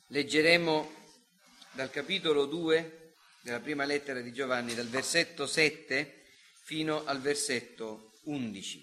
Leggeremo dal capitolo 2 della prima lettera di Giovanni, dal versetto 7 fino al versetto 11.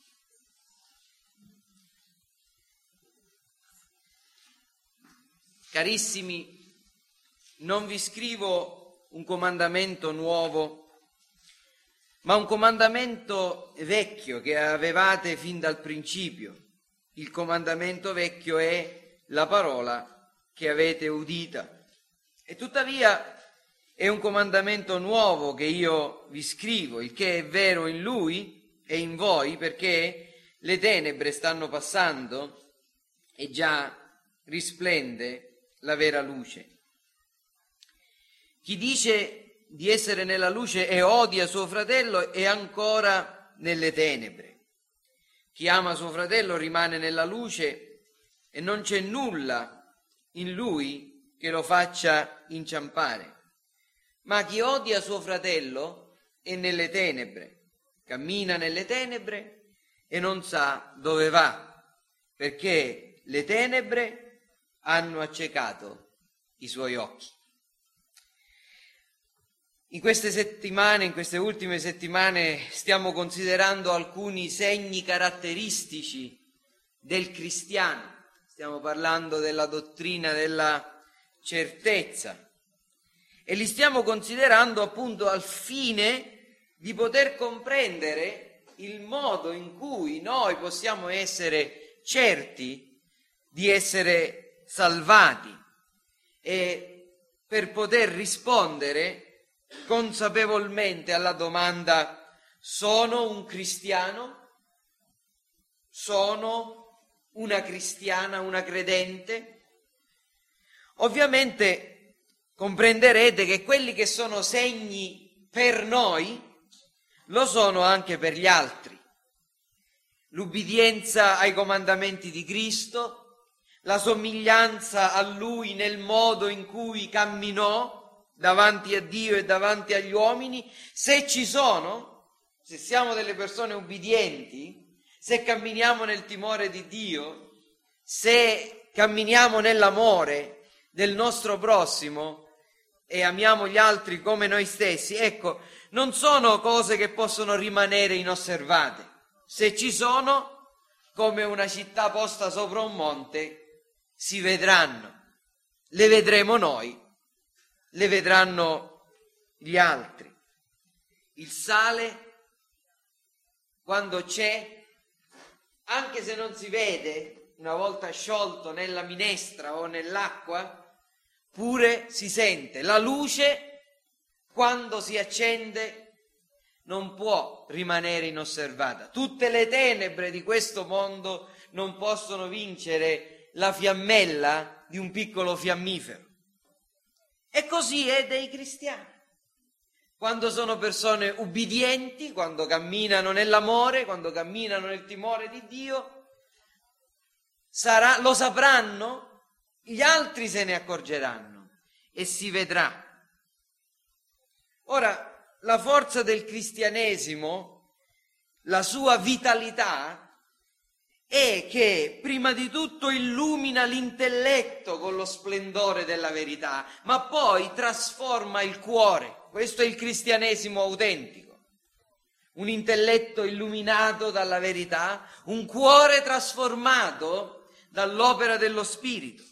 Carissimi, non vi scrivo un comandamento nuovo, ma un comandamento vecchio che avevate fin dal principio. Il comandamento vecchio è la parola che avete udita. E tuttavia è un comandamento nuovo che io vi scrivo, il che è vero in Lui e in voi, perché le tenebre stanno passando e già risplende la vera luce. Chi dice di essere nella luce e odia suo fratello è ancora nelle tenebre. Chi ama suo fratello rimane nella luce e non c'è nulla in lui che lo faccia inciampare. Ma chi odia suo fratello è nelle tenebre, cammina nelle tenebre e non sa dove va, perché le tenebre hanno accecato i suoi occhi. In queste ultime settimane, stiamo considerando alcuni segni caratteristici del cristiano. Stiamo parlando della dottrina della certezza e li stiamo considerando appunto al fine di poter comprendere il modo in cui noi possiamo essere certi di essere salvati e per poter rispondere consapevolmente alla domanda: sono un cristiano? Sono una cristiana, una credente? Ovviamente comprenderete che quelli che sono segni per noi lo sono anche per gli altri. L'ubbidienza ai comandamenti di Cristo, la somiglianza a Lui nel modo in cui camminò davanti a Dio e davanti agli uomini. Se ci sono, se siamo delle persone ubbidienti, se camminiamo nel timore di Dio, se camminiamo nell'amore del nostro prossimo e amiamo gli altri come noi stessi, ecco, non sono cose che possono rimanere inosservate. Se ci sono, come una città posta sopra un monte, si vedranno. Le vedremo noi, le vedranno gli altri. Il sale, quando c'è, anche se non si vede, una volta sciolto nella minestra o nell'acqua, pure si sente. La luce, quando si accende, non può rimanere inosservata. Tutte le tenebre di questo mondo non possono vincere la fiammella di un piccolo fiammifero. E così è dei cristiani. Quando sono persone ubbidienti, quando camminano nell'amore, quando camminano nel timore di Dio, lo sapranno, gli altri se ne accorgeranno e si vedrà. Ora, la forza del cristianesimo, la sua vitalità, è che prima di tutto illumina l'intelletto con lo splendore della verità, ma poi trasforma il cuore. Questo è il cristianesimo autentico. Un intelletto illuminato dalla verità, un cuore trasformato dall'opera dello Spirito.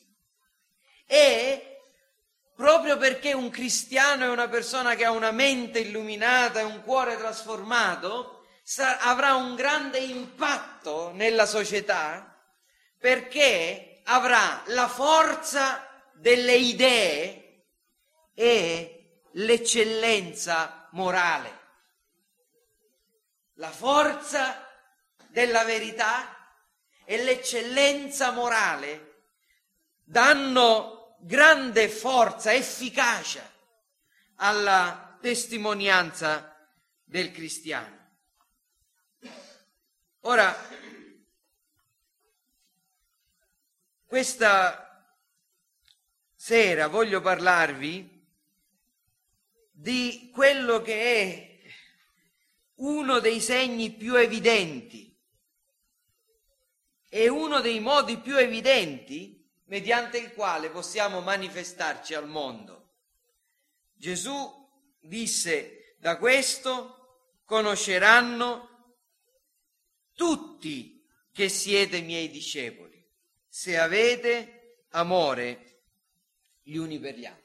E proprio perché un cristiano è una persona che ha una mente illuminata e un cuore trasformato, avrà un grande impatto nella società, perché avrà la forza delle idee e l'eccellenza morale. La forza della verità e l'eccellenza morale danno grande forza, efficacia alla testimonianza del cristiano. Ora, questa sera voglio parlarvi di quello che è uno dei segni più evidenti e uno dei modi più evidenti mediante il quale possiamo manifestarci al mondo. Gesù disse: da questo conosceranno tutti che siete miei discepoli, se avete amore gli uni per gli altri.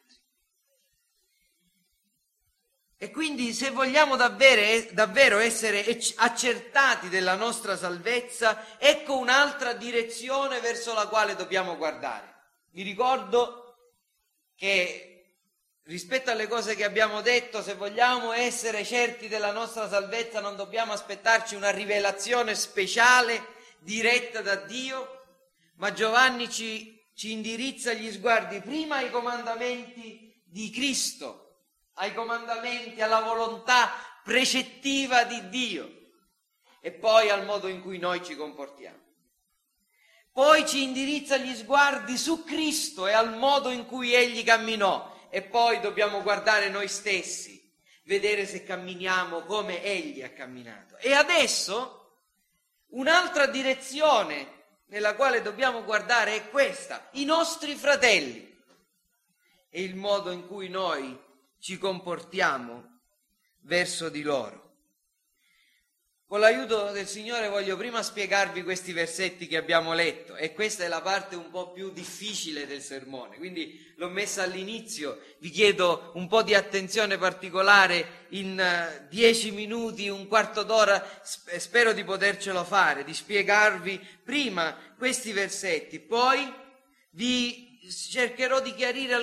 E quindi, se vogliamo davvero essere accertati della nostra salvezza, ecco un'altra direzione verso la quale dobbiamo guardare. Vi ricordo che rispetto alle cose che abbiamo detto, se vogliamo essere certi della nostra salvezza, non dobbiamo aspettarci una rivelazione speciale diretta da Dio, ma Giovanni ci indirizza gli sguardi prima ai comandamenti di Cristo, ai comandamenti, alla volontà precettiva di Dio, e poi al modo in cui noi ci comportiamo. Poi ci indirizza gli sguardi su Cristo e al modo in cui Egli camminò, e poi dobbiamo guardare noi stessi, vedere se camminiamo come Egli ha camminato. E adesso un'altra direzione nella quale dobbiamo guardare è questa: i nostri fratelli e il modo in cui noi ci comportiamo verso di loro. Con l'aiuto del Signore voglio prima spiegarvi questi versetti che abbiamo letto, e questa è la parte un po' più difficile del sermone, quindi l'ho messa all'inizio. Vi chiedo un po' di attenzione particolare in 10 minuti, un quarto d'ora, spero di potercelo fare, di spiegarvi prima questi versetti, poi vi cercherò di chiarire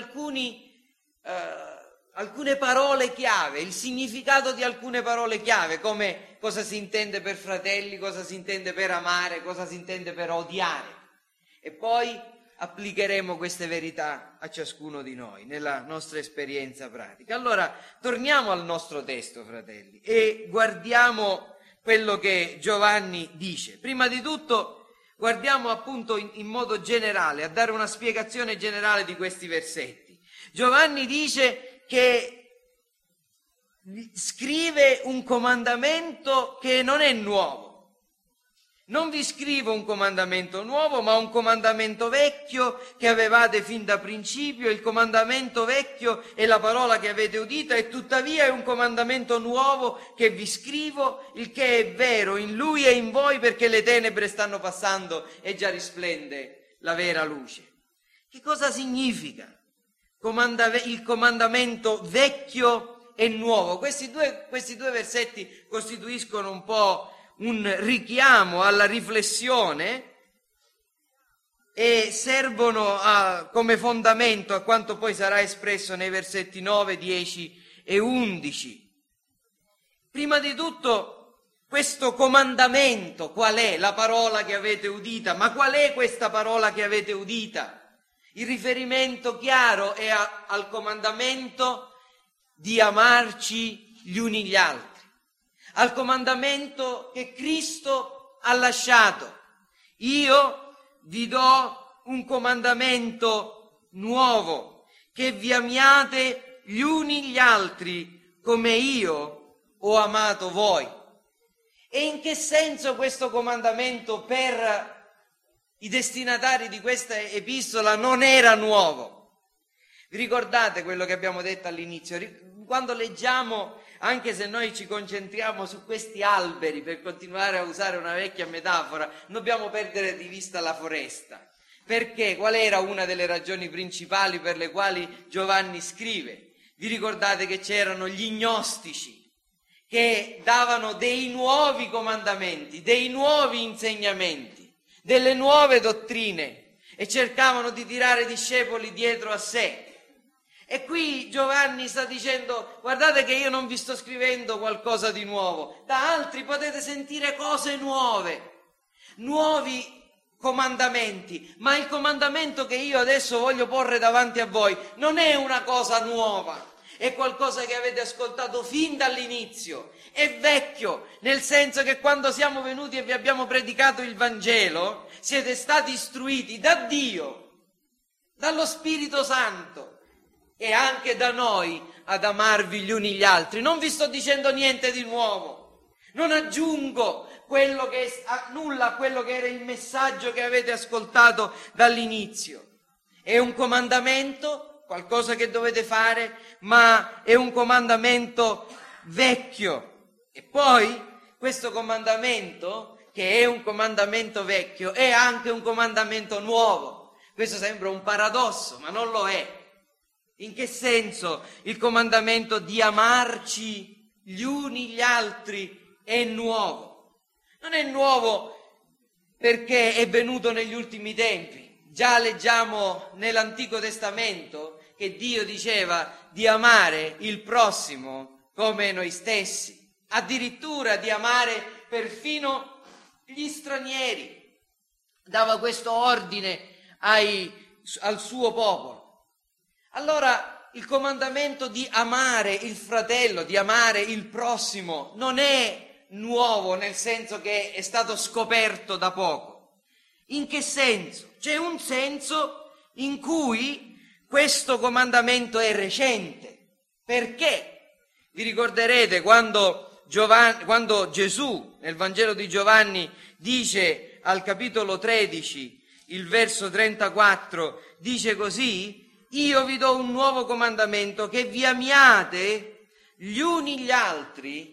alcune parole chiave, il significato di alcune parole chiave, come cosa si intende per fratelli, cosa si intende per amare, cosa si intende per odiare. E poi applicheremo queste verità a ciascuno di noi nella nostra esperienza pratica. Allora, torniamo al nostro testo, fratelli, e guardiamo quello che Giovanni dice. Prima di tutto guardiamo appunto in modo generale, a dare una spiegazione generale di questi versetti. Giovanni dice che scrive un comandamento che non è nuovo. Non vi scrivo un comandamento nuovo, ma un comandamento vecchio che avevate fin da principio. Il comandamento vecchio è la parola che avete udita, e tuttavia è un comandamento nuovo che vi scrivo, il che è vero in Lui e in voi, perché le tenebre stanno passando e già risplende la vera luce. Che cosa significa il comandamento vecchio e nuovo? Questi due versetti costituiscono un po' un richiamo alla riflessione e servono come fondamento a quanto poi sarà espresso nei versetti 9, 10 e 11. Prima di tutto, questo comandamento qual è? La parola che avete udita. Ma qual è questa parola che avete udita? Il riferimento chiaro è al comandamento di amarci gli uni gli altri, al comandamento che Cristo ha lasciato. Io vi do un comandamento nuovo, che vi amiate gli uni gli altri come io ho amato voi. E in che senso questo comandamento per i destinatari di questa epistola non era nuovo? Vi ricordate quello che abbiamo detto all'inizio? Quando leggiamo, anche se noi ci concentriamo su questi alberi, per continuare a usare una vecchia metafora, non dobbiamo perdere di vista la foresta. Perché? Qual era una delle ragioni principali per le quali Giovanni scrive? Vi ricordate che c'erano gli gnostici che davano dei nuovi comandamenti, dei nuovi insegnamenti, delle nuove dottrine, e cercavano di tirare discepoli dietro a sé. E qui Giovanni sta dicendo: guardate che io non vi sto scrivendo qualcosa di nuovo, da altri potete sentire cose nuove, nuovi comandamenti, ma il comandamento che io adesso voglio porre davanti a voi non è una cosa nuova, è qualcosa che avete ascoltato fin dall'inizio. È vecchio, nel senso che quando siamo venuti e vi abbiamo predicato il Vangelo, siete stati istruiti da Dio, dallo Spirito Santo, e anche da noi ad amarvi gli uni gli altri. Non vi sto dicendo niente di nuovo, non aggiungo nulla a quello che era il messaggio che avete ascoltato dall'inizio. È un comandamento, qualcosa che dovete fare, ma è un comandamento vecchio. E poi questo comandamento, che è un comandamento vecchio, è anche un comandamento nuovo. Questo sembra un paradosso, ma non lo è. In che senso il comandamento di amarci gli uni gli altri è nuovo? Non è nuovo perché è venuto negli ultimi tempi. Già leggiamo nell'Antico Testamento che Dio diceva di amare il prossimo come noi stessi, addirittura di amare perfino gli stranieri. Dava questo ordine al suo popolo. Allora il comandamento di amare il fratello, di amare il prossimo, non è nuovo nel senso che è stato scoperto da poco. In che senso? C'è un senso in cui questo comandamento è recente. Perché? Vi ricorderete quando Gesù nel Vangelo di Giovanni dice al capitolo 13, il verso 34, dice così: io vi do un nuovo comandamento, che vi amiate gli uni gli altri.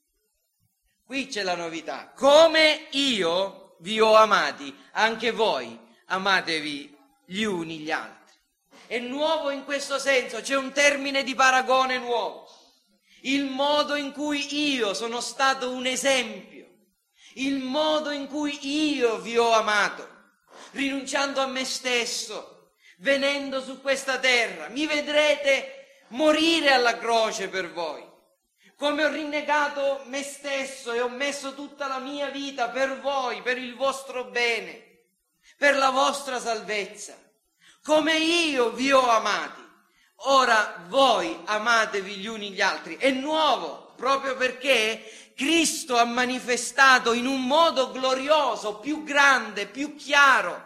Qui c'è la novità. Come io vi ho amati, anche voi amatevi gli uni gli altri. È nuovo in questo senso, c'è un termine di paragone nuovo. Il modo in cui io sono stato un esempio, il modo in cui io vi ho amato, rinunciando a me stesso, venendo su questa terra, mi vedrete morire alla croce per voi, come ho rinnegato me stesso e ho messo tutta la mia vita per voi, per il vostro bene, per la vostra salvezza, come io vi ho amati. Ora voi amatevi gli uni gli altri. È nuovo proprio perché Cristo ha manifestato in un modo glorioso, più grande, più chiaro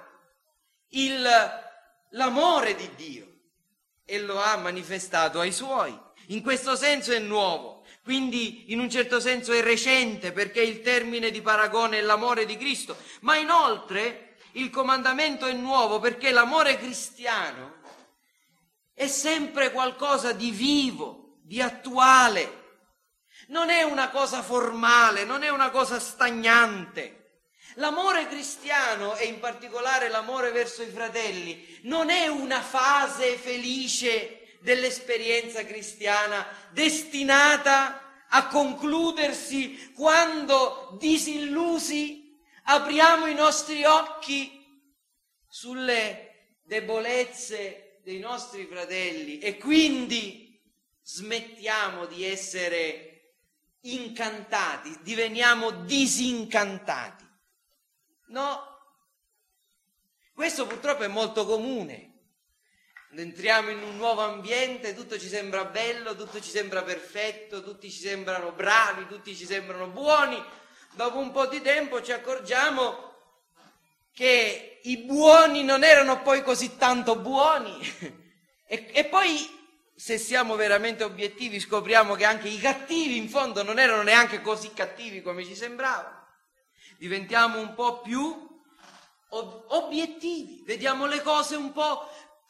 l'amore di Dio, e lo ha manifestato ai suoi. In questo senso è nuovo, quindi in un certo senso è recente, perché il termine di paragone è l'amore di Cristo, ma inoltre il comandamento è nuovo perché l'amore cristiano è sempre qualcosa di vivo, di attuale. Non è una cosa formale, non è una cosa stagnante. L'amore cristiano, e in particolare l'amore verso i fratelli, non è una fase felice dell'esperienza cristiana destinata a concludersi quando, disillusi, apriamo i nostri occhi sulle debolezze dei nostri fratelli e quindi smettiamo di essere incantati, diveniamo disincantati. No, questo purtroppo è molto comune. Quando entriamo in un nuovo ambiente tutto ci sembra bello, tutto ci sembra perfetto, tutti ci sembrano bravi, tutti ci sembrano buoni. Dopo un po' di tempo ci accorgiamo che i buoni non erano poi così tanto buoni e poi, se siamo veramente obiettivi, scopriamo che anche i cattivi in fondo non erano neanche così cattivi come ci sembrava. Diventiamo un po' più obiettivi, vediamo le cose un po'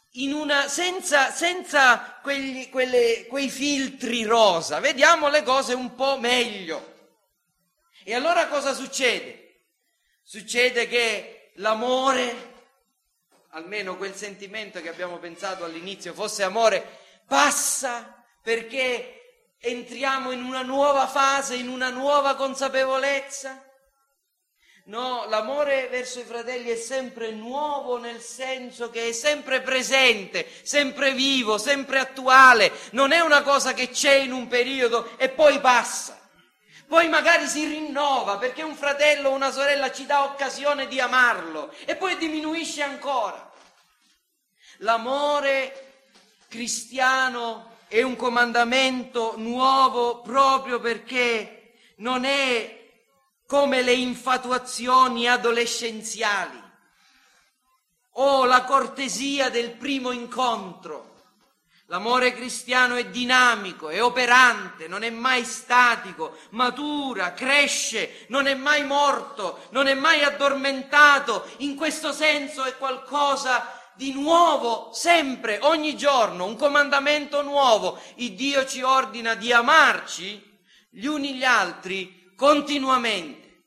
senza quei filtri rosa, vediamo le cose un po' meglio. E allora cosa succede? Succede che l'amore, almeno quel sentimento che abbiamo pensato all'inizio fosse amore, passa perché entriamo in una nuova fase, in una nuova consapevolezza. No, l'amore verso i fratelli è sempre nuovo, nel senso che è sempre presente, sempre vivo, sempre attuale. Non è una cosa che c'è in un periodo e poi passa. Poi magari si rinnova perché un fratello o una sorella ci dà occasione di amarlo e poi diminuisce ancora. L'amore cristiano è un comandamento nuovo proprio perché non è come le infatuazioni adolescenziali o la cortesia del primo incontro. L'amore cristiano è dinamico, è operante, non è mai statico, matura, cresce, non è mai morto, non è mai addormentato. In questo senso è qualcosa di nuovo, sempre, ogni giorno, un comandamento nuovo. Il Dio ci ordina di amarci gli uni gli altri continuamente.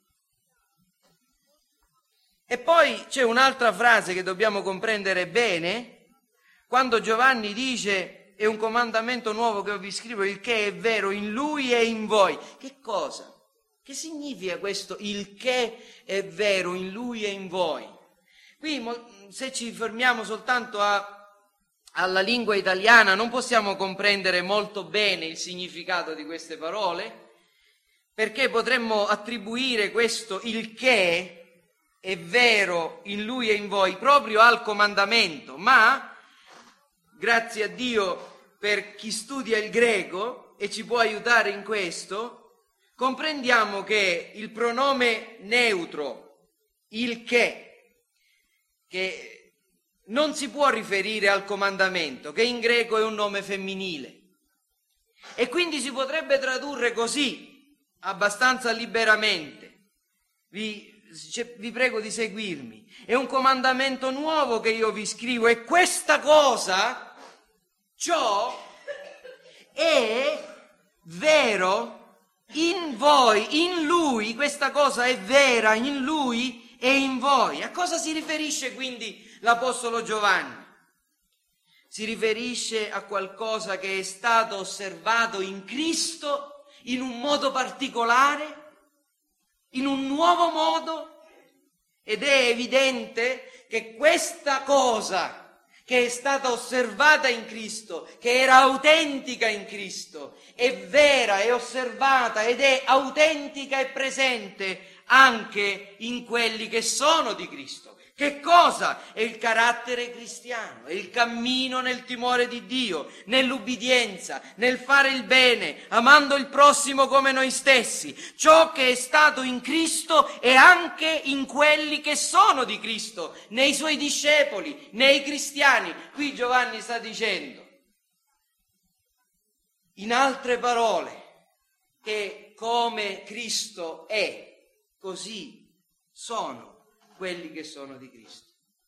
E poi c'è un'altra frase che dobbiamo comprendere bene, quando Giovanni dice: è un comandamento nuovo che vi scrivo, il che è vero in lui e in voi. Che cosa? Che significa questo, il che è vero in lui e in voi? Qui, se ci fermiamo soltanto alla lingua italiana, non possiamo comprendere molto bene il significato di queste parole, perché potremmo attribuire questo, il che è vero in lui e in voi, proprio al comandamento, ma grazie a Dio per chi studia il greco e ci può aiutare in questo, comprendiamo che il pronome neutro, il che non si può riferire al comandamento, che in greco è un nome femminile, e quindi si potrebbe tradurre così, abbastanza liberamente. Vi prego di seguirmi. È un comandamento nuovo che io vi scrivo, e questa cosa, ciò è vero in voi, in lui. Questa cosa è vera in lui e in voi. A cosa si riferisce quindi l'Apostolo Giovanni? Si riferisce a qualcosa che è stato osservato in Cristo in un modo particolare, in un nuovo modo, ed è evidente che questa cosa che è stata osservata in Cristo, che era autentica in Cristo, è vera, è osservata ed è autentica e presente anche in quelli che sono di Cristo. Che cosa? È il carattere cristiano, è il cammino nel timore di Dio, nell'ubbidienza, nel fare il bene, amando il prossimo come noi stessi. Ciò che è stato in Cristo è anche in quelli che sono di Cristo, nei suoi discepoli, nei cristiani. Qui Giovanni sta dicendo, in altre parole, che come Cristo è, così sono quelli che sono di Cristo.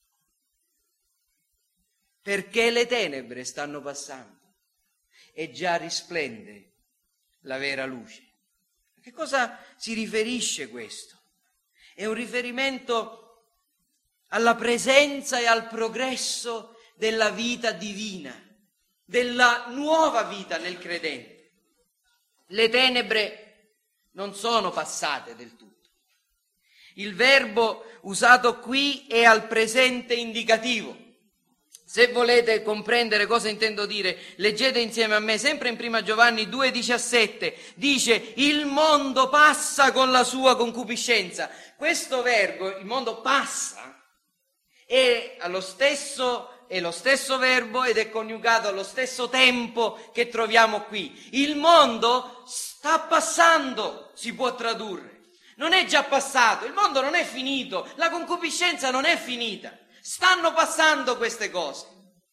Perché le tenebre stanno passando e già risplende la vera luce. A che cosa si riferisce questo? È un riferimento alla presenza e al progresso della vita divina, della nuova vita nel credente. Le tenebre non sono passate del tutto. Il verbo usato qui è al presente indicativo. Se volete comprendere cosa intendo dire, leggete insieme a me, sempre in 1 Giovanni 2,17, dice: il mondo passa con la sua concupiscenza. Questo verbo, il mondo passa, è lo stesso verbo ed è coniugato allo stesso tempo che troviamo qui. Il mondo sta passando, si può tradurre. Non è già passato, il mondo non è finito, la concupiscenza non è finita. Stanno passando queste cose.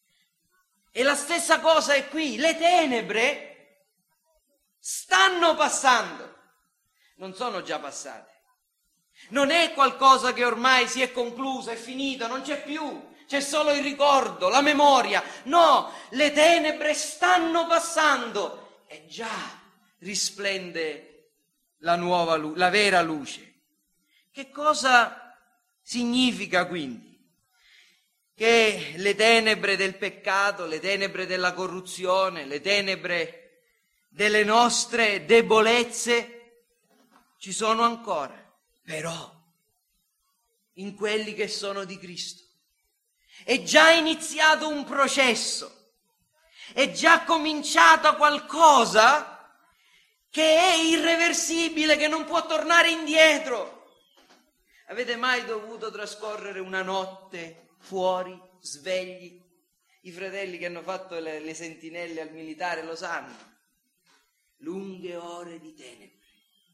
E la stessa cosa è qui, le tenebre stanno passando, non sono già passate. Non è qualcosa che ormai si è concluso, è finito, non c'è più, c'è solo il ricordo, la memoria. No, le tenebre stanno passando e già risplende la nuova luce, la vera luce. Che cosa significa quindi? Che le tenebre del peccato, le tenebre della corruzione, le tenebre delle nostre debolezze ci sono ancora, però in quelli che sono di Cristo è già iniziato un processo, è già cominciato qualcosa che è irreversibile, che non può tornare indietro. Avete mai dovuto trascorrere una notte fuori, svegli? I fratelli che hanno fatto le sentinelle al militare lo sanno. Lunghe ore di tenebre,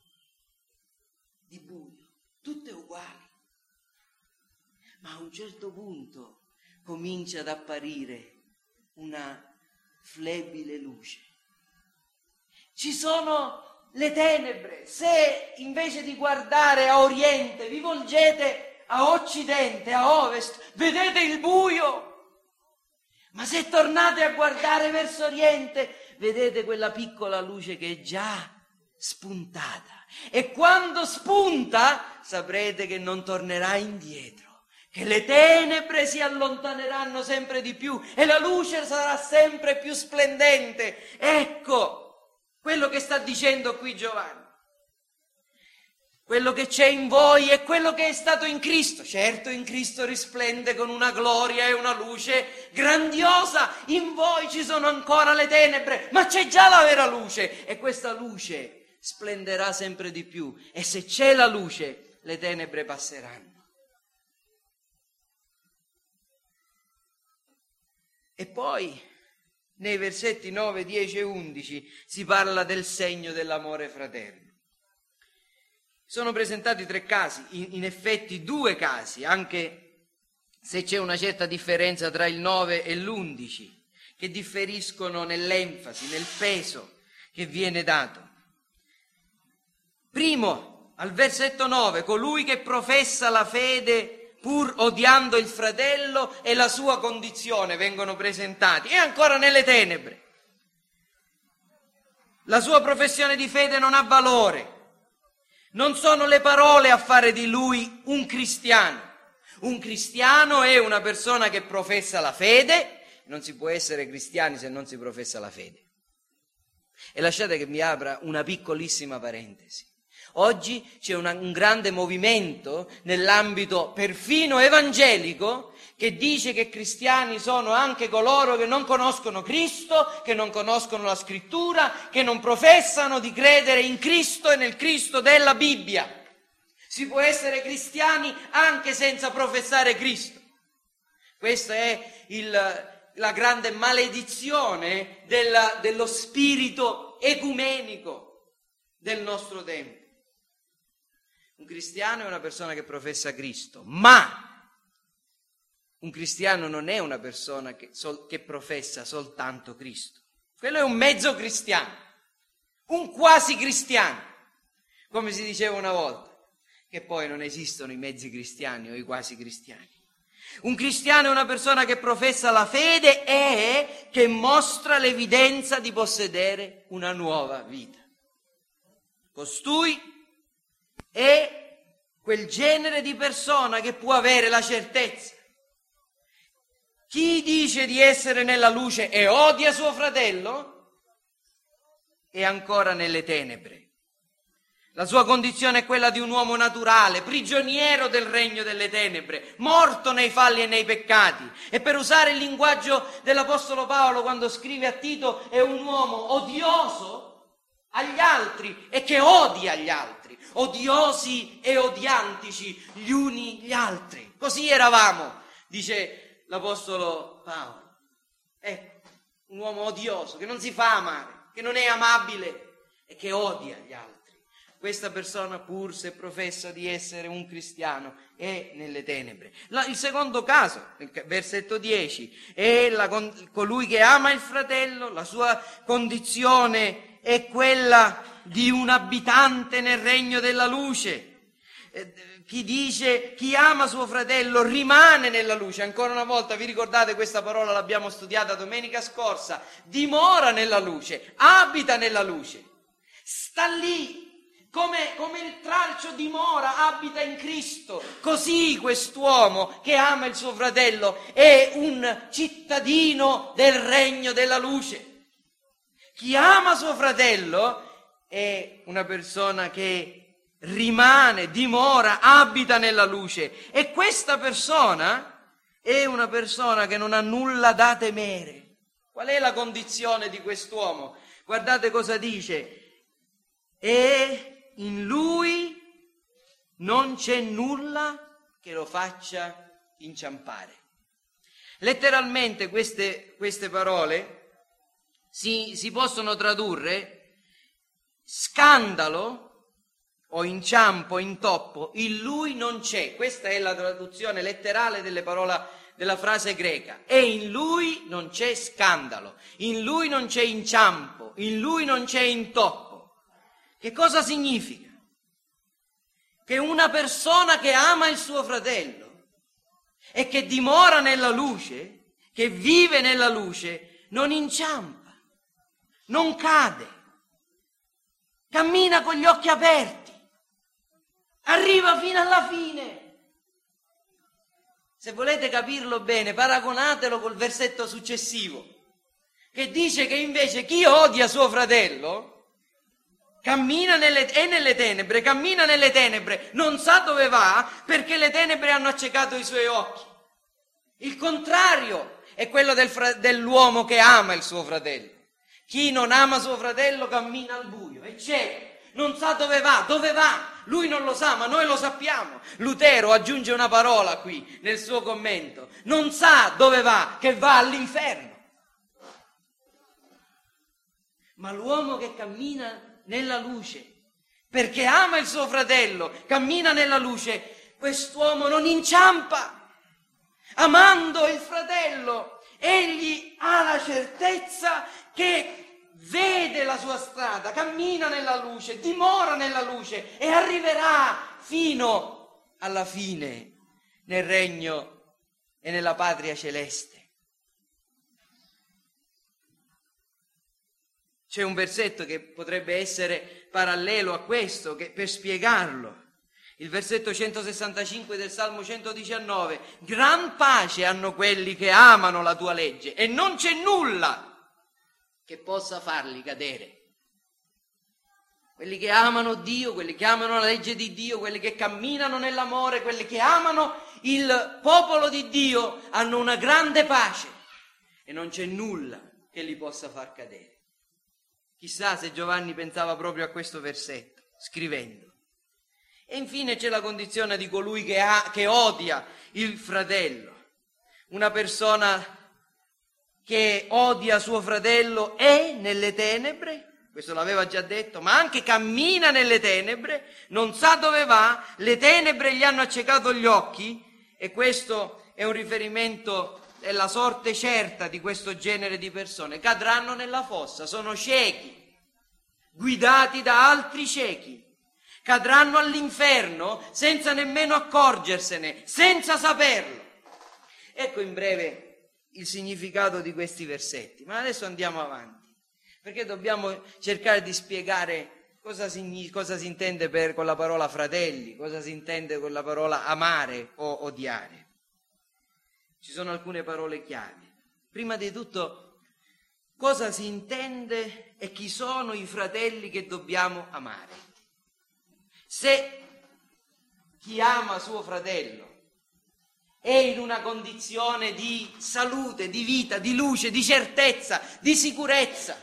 di buio, tutte uguali. Ma a un certo punto comincia ad apparire una flebile luce. Ci sono le tenebre. Se invece di guardare a oriente vi volgete a occidente, a ovest, vedete il buio. Ma se tornate a guardare verso oriente, vedete quella piccola luce che è già spuntata. E quando spunta, saprete che non tornerà indietro, che le tenebre si allontaneranno sempre di più e la luce sarà sempre più splendente. Ecco quello che sta dicendo qui Giovanni. Quello che c'è in voi è quello che è stato in Cristo. Certo, in Cristo risplende con una gloria e una luce grandiosa. In voi ci sono ancora le tenebre, ma c'è già la vera luce. E questa luce splenderà sempre di più. E se c'è la luce, le tenebre passeranno. E poi, nei versetti 9, 10 e 11, si parla del segno dell'amore fraterno. Sono presentati 3 casi, in effetti 2 casi, anche se c'è una certa differenza tra il 9 e l'11, che differiscono nell'enfasi, nel peso che viene dato. Primo, al versetto 9, colui che professa la fede pur odiando il fratello e la sua condizione vengono presentati, è ancora nelle tenebre. La sua professione di fede non ha valore. Non sono le parole a fare di lui un cristiano. Un cristiano è una persona che professa la fede. Non si può essere cristiani se non si professa la fede. E lasciate che vi apra una piccolissima parentesi. Oggi c'è un grande movimento nell'ambito perfino evangelico che dice che cristiani sono anche coloro che non conoscono Cristo, che non conoscono la Scrittura, che non professano di credere in Cristo e nel Cristo della Bibbia. Si può essere cristiani anche senza professare Cristo. Questa è la grande maledizione dello spirito ecumenico del nostro tempo. Un cristiano è una persona che professa Cristo, ma un cristiano non è una persona che professa soltanto Cristo. Quello è un mezzo cristiano, un quasi cristiano, come si diceva una volta, che poi non esistono i mezzi cristiani o i quasi cristiani. Un cristiano è una persona che professa la fede e che mostra l'evidenza di possedere una nuova vita. Costui è quel genere di persona che può avere la certezza. Chi dice di essere nella luce e odia suo fratello è ancora nelle tenebre. La sua condizione è quella di un uomo naturale, prigioniero del regno delle tenebre, morto nei falli e nei peccati. E per usare il linguaggio dell'Apostolo Paolo quando scrive a Tito, è un uomo odioso agli altri e che odia gli altri, odiosi e odiantici gli uni gli altri. Così eravamo, dice l'Apostolo Paolo. Ecco, un uomo odioso, che non si fa amare, che non è amabile e che odia gli altri. Questa persona, pur se professa di essere un cristiano, è nelle tenebre. Il secondo caso, versetto 10, è colui che ama il fratello, la sua condizione è quella di un abitante nel regno della luce. Chi ama suo fratello rimane nella luce. Ancora una volta, vi ricordate questa parola, l'abbiamo studiata domenica scorsa, dimora nella luce, abita nella luce, sta lì. Come il tralcio dimora, abita in Cristo, così quest'uomo che ama il suo fratello è un cittadino del regno della luce. Chi ama suo fratello è una persona che rimane, dimora, abita nella luce, e questa persona è una persona che non ha nulla da temere. Qual è la condizione di quest'uomo? Guardate cosa dice: e in lui non c'è nulla che lo faccia inciampare. Letteralmente queste parole si possono tradurre scandalo o inciampo, intoppo, in lui non c'è. Questa è la traduzione letterale della frase greca. E in lui non c'è scandalo, in lui non c'è inciampo, in lui non c'è intoppo. Che cosa significa? Che una persona che ama il suo fratello e che dimora nella luce, che vive nella luce non inciampa, non cade, cammina con gli occhi aperti, arriva fino alla fine. Se volete capirlo bene, paragonatelo col versetto successivo, che dice che invece chi odia suo fratello cammina nelle tenebre, cammina nelle tenebre, non sa dove va perché le tenebre hanno accecato i suoi occhi. Il contrario è quello dell'uomo che ama il suo fratello. Chi non ama suo fratello cammina al buio, è cieco, non sa dove va, lui non lo sa, ma noi lo sappiamo. Lutero aggiunge una parola qui nel suo commento: non sa dove va, che va all'inferno. Ma l'uomo che cammina nella luce, perché ama il suo fratello, cammina nella luce, quest'uomo non inciampa. Amando il fratello, egli ha la certezza che vede la sua strada, cammina nella luce, dimora nella luce e arriverà fino alla fine nel regno e nella patria celeste. C'è un versetto che potrebbe essere parallelo a questo, che per spiegarlo. Il versetto 165 del Salmo 119: gran pace hanno quelli che amano la tua legge e non c'è nulla che possa farli cadere. Quelli che amano Dio, quelli che amano la legge di Dio, quelli che camminano nell'amore, quelli che amano il popolo di Dio hanno una grande pace e non c'è nulla che li possa far cadere. Chissà se Giovanni pensava proprio a questo versetto, scrivendo. E infine c'è la condizione di colui che odia il fratello. Una persona che odia suo fratello è nelle tenebre, questo l'aveva già detto, ma anche cammina nelle tenebre, non sa dove va, le tenebre gli hanno accecato gli occhi, e questo è un riferimento alla sorte certa di questo genere di persone. Cadranno nella fossa, sono ciechi, guidati da altri ciechi. Cadranno all'inferno senza nemmeno accorgersene, senza saperlo. Ecco in breve il significato di questi versetti. Ma adesso andiamo avanti, perché dobbiamo cercare di spiegare cosa si intende con la parola fratelli, cosa si intende con la parola amare o odiare. Ci sono alcune parole chiave. Prima di tutto, cosa si intende e chi sono i fratelli che dobbiamo amare? Se chi ama suo fratello è in una condizione di salute, di vita, di luce, di certezza, di sicurezza,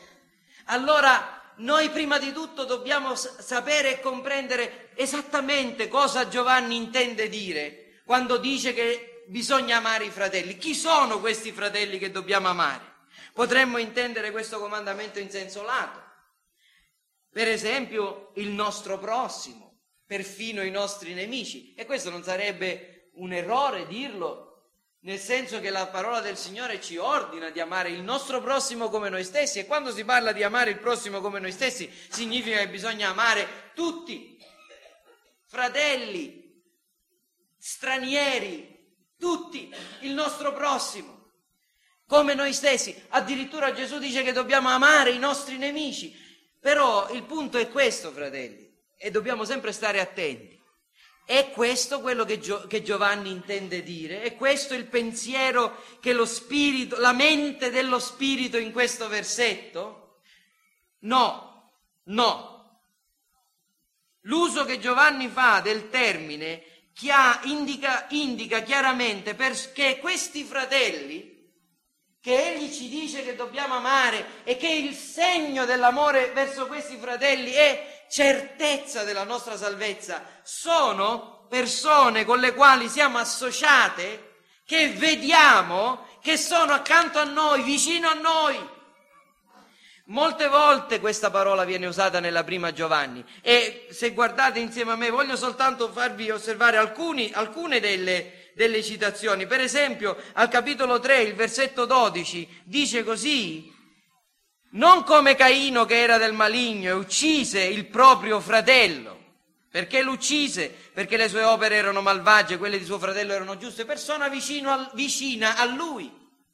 allora noi prima di tutto dobbiamo sapere e comprendere esattamente cosa Giovanni intende dire quando dice che bisogna amare i fratelli. Chi sono questi fratelli che dobbiamo amare? Potremmo intendere questo comandamento in senso lato. Per esempio il nostro prossimo, perfino i nostri nemici. E questo non sarebbe un errore dirlo, nel senso che la parola del Signore ci ordina di amare il nostro prossimo come noi stessi, e quando si parla di amare il prossimo come noi stessi significa che bisogna amare tutti, fratelli, stranieri, tutti, il nostro prossimo come noi stessi. Addirittura Gesù dice che dobbiamo amare i nostri nemici. Però il punto è questo, fratelli, e dobbiamo sempre stare attenti. È questo quello che Giovanni intende dire? È questo il pensiero che lo Spirito, la mente dello Spirito in questo versetto? No. L'uso che Giovanni fa del termine indica chiaramente perché questi fratelli, che egli ci dice che dobbiamo amare, e che il segno dell'amore verso questi fratelli è certezza della nostra salvezza, sono persone con le quali siamo associate, che vediamo, che sono accanto a noi, vicino a noi. Molte volte questa parola viene usata nella prima Giovanni, e se guardate insieme a me voglio soltanto farvi osservare alcune delle citazioni. Per esempio al capitolo 3, il versetto 12 dice così: non come Caino che era del maligno e uccise il proprio fratello. Perché l'uccise? Perché le sue opere erano malvagie, quelle di suo fratello erano giuste, persona vicina a lui.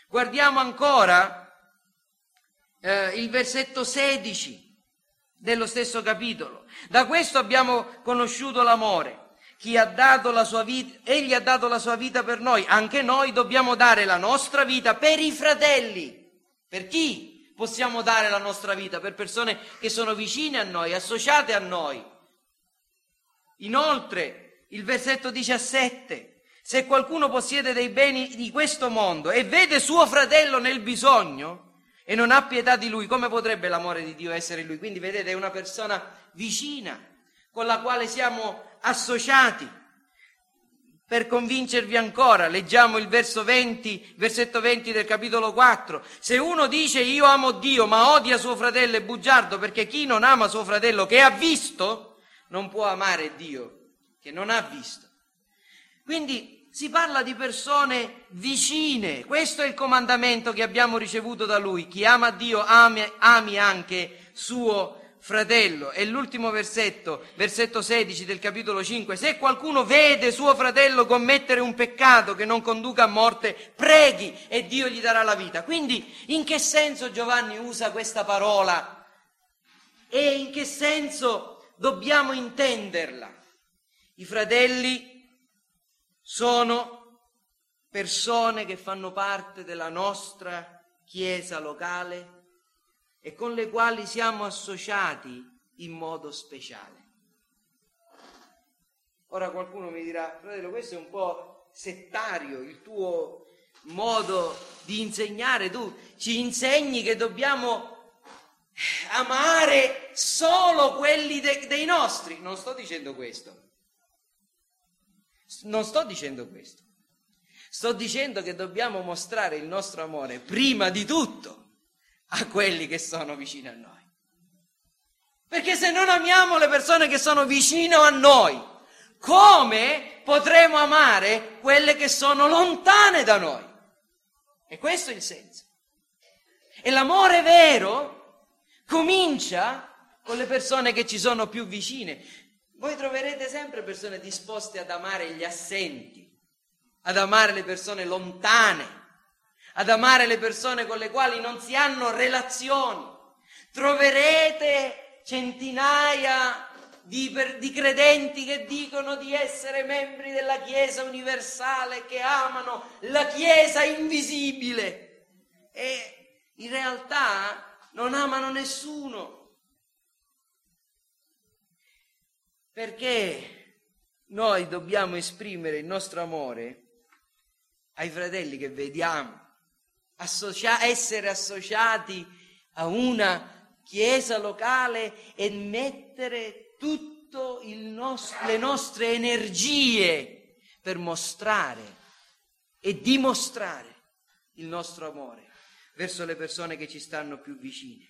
Guardiamo ancora il versetto 16 dello stesso capitolo. Da questo abbiamo conosciuto l'amore. Chi ha dato la sua vita, egli ha dato la sua vita per noi, anche noi dobbiamo dare la nostra vita per i fratelli. Per chi possiamo dare la nostra vita? Per persone che sono vicine a noi, associate a noi. Inoltre, il versetto 17: se qualcuno possiede dei beni di questo mondo e vede suo fratello nel bisogno e non ha pietà di lui, come potrebbe l'amore di Dio essere in lui? Quindi vedete, è una persona vicina con la quale siamo associati. Per convincervi ancora, leggiamo il versetto 20 del capitolo 4. Se uno dice io amo Dio ma odia suo fratello è bugiardo, perché chi non ama suo fratello che ha visto non può amare Dio che non ha visto. Quindi si parla di persone vicine. Questo è il comandamento che abbiamo ricevuto da Lui. Chi ama Dio ami anche suo fratello. E l'ultimo versetto 16 del capitolo 5: se qualcuno vede suo fratello commettere un peccato che non conduca a morte, preghi e Dio gli darà la vita. Quindi in che senso Giovanni usa questa parola? E in che senso dobbiamo intenderla? I fratelli sono persone che fanno parte della nostra chiesa locale e con le quali siamo associati in modo speciale. Ora qualcuno mi dirà: fratello, questo è un po' settario, il tuo modo di insegnare. Tu ci insegni che dobbiamo amare solo quelli dei nostri. Non sto dicendo questo. Sto dicendo che dobbiamo mostrare il nostro amore prima di tutto a quelli che sono vicini a noi. Perché se non amiamo le persone che sono vicino a noi, come potremo amare quelle che sono lontane da noi? E questo è il senso. E l'amore vero comincia con le persone che ci sono più vicine. Voi troverete sempre persone disposte ad amare gli assenti, ad amare le persone lontane, ad amare le persone con le quali non si hanno relazioni. Troverete centinaia di credenti che dicono di essere membri della Chiesa universale, che amano la Chiesa invisibile e in realtà non amano nessuno. Perché noi dobbiamo esprimere il nostro amore ai fratelli che vediamo, essere associati a una chiesa locale e mettere tutte le nostre energie per mostrare e dimostrare il nostro amore verso le persone che ci stanno più vicine.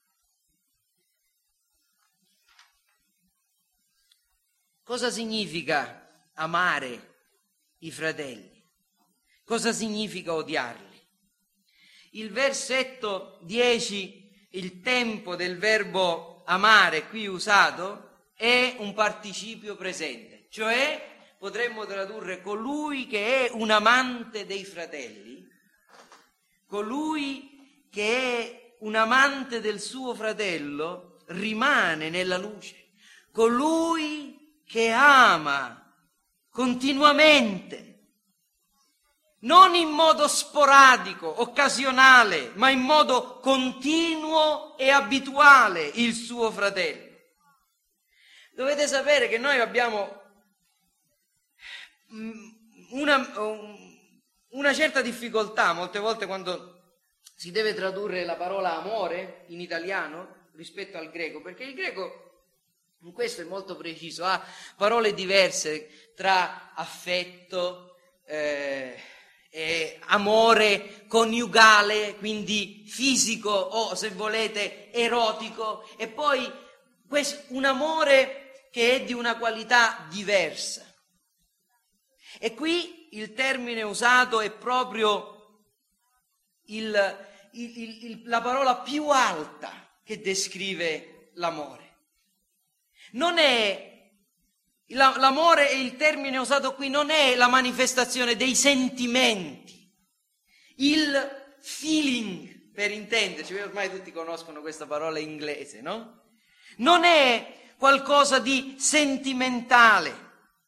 Cosa significa amare i fratelli? Cosa significa odiarli? Il versetto 10, il tempo del verbo amare qui usato è un participio presente, cioè potremmo tradurre colui che è un amante dei fratelli, colui che è un amante del suo fratello rimane nella luce, colui che ama continuamente, non in modo sporadico, occasionale, ma in modo continuo e abituale il suo fratello. Dovete sapere che noi abbiamo una certa difficoltà molte volte quando si deve tradurre la parola amore in italiano rispetto al greco, perché il greco in questo è molto preciso, ha parole diverse tra affetto e amore coniugale, quindi fisico o se volete erotico, e poi un amore che è di una qualità diversa. E qui il termine usato è proprio la parola più alta che descrive l'amore. Non è l'amore, e il termine usato qui non è la manifestazione dei sentimenti. Il feeling, per intenderci, ormai tutti conoscono questa parola inglese, no? Non è qualcosa di sentimentale,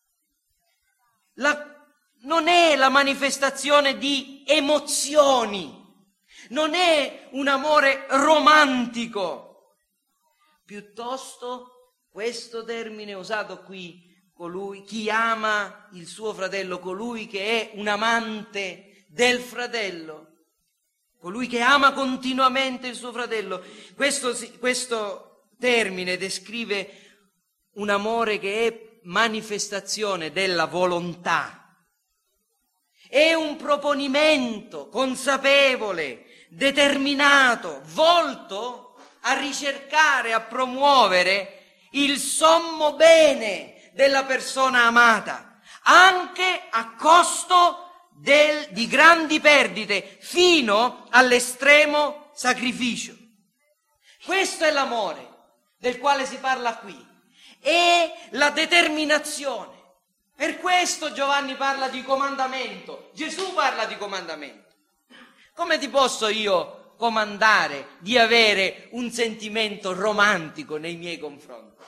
non è la manifestazione di emozioni, non è un amore romantico, piuttosto questo termine usato qui, chi ama il suo fratello, colui che è un amante del fratello, colui che ama continuamente il suo fratello, questo termine descrive un amore che è manifestazione della volontà, è un proponimento consapevole, determinato, volto a ricercare, a promuovere il sommo bene della persona amata, anche a costo di grandi perdite, fino all'estremo sacrificio. Questo è l'amore del quale si parla qui, è la determinazione. Per questo Giovanni parla di comandamento, Gesù parla di comandamento. Come ti posso io comandare di avere un sentimento romantico nei miei confronti?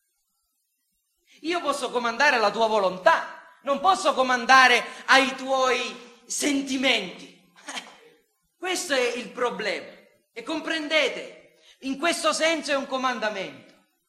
Io posso comandare la tua volontà, non posso comandare ai tuoi sentimenti. Questo è il problema. E comprendete, in questo senso è un comandamento.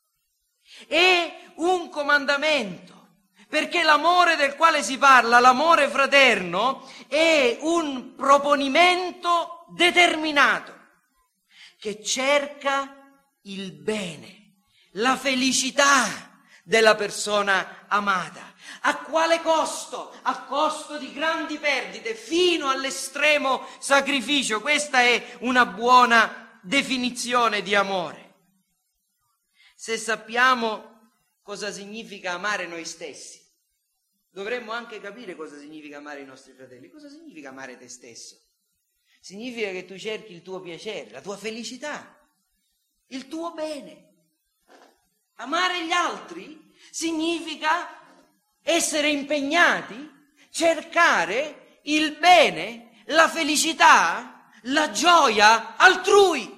È un comandamento, perché l'amore del quale si parla, l'amore fraterno, è un proponimento determinato che cerca il bene, la felicità della persona amata. A quale costo? A costo di grandi perdite, fino all'estremo sacrificio. Questa è una buona definizione di amore. Se sappiamo cosa significa amare noi stessi, dovremmo anche capire cosa significa amare i nostri fratelli. Cosa significa amare te stesso? Significa che tu cerchi il tuo piacere, la tua felicità, il tuo bene. Amare gli altri significa essere impegnati, cercare il bene, la felicità, la gioia altrui.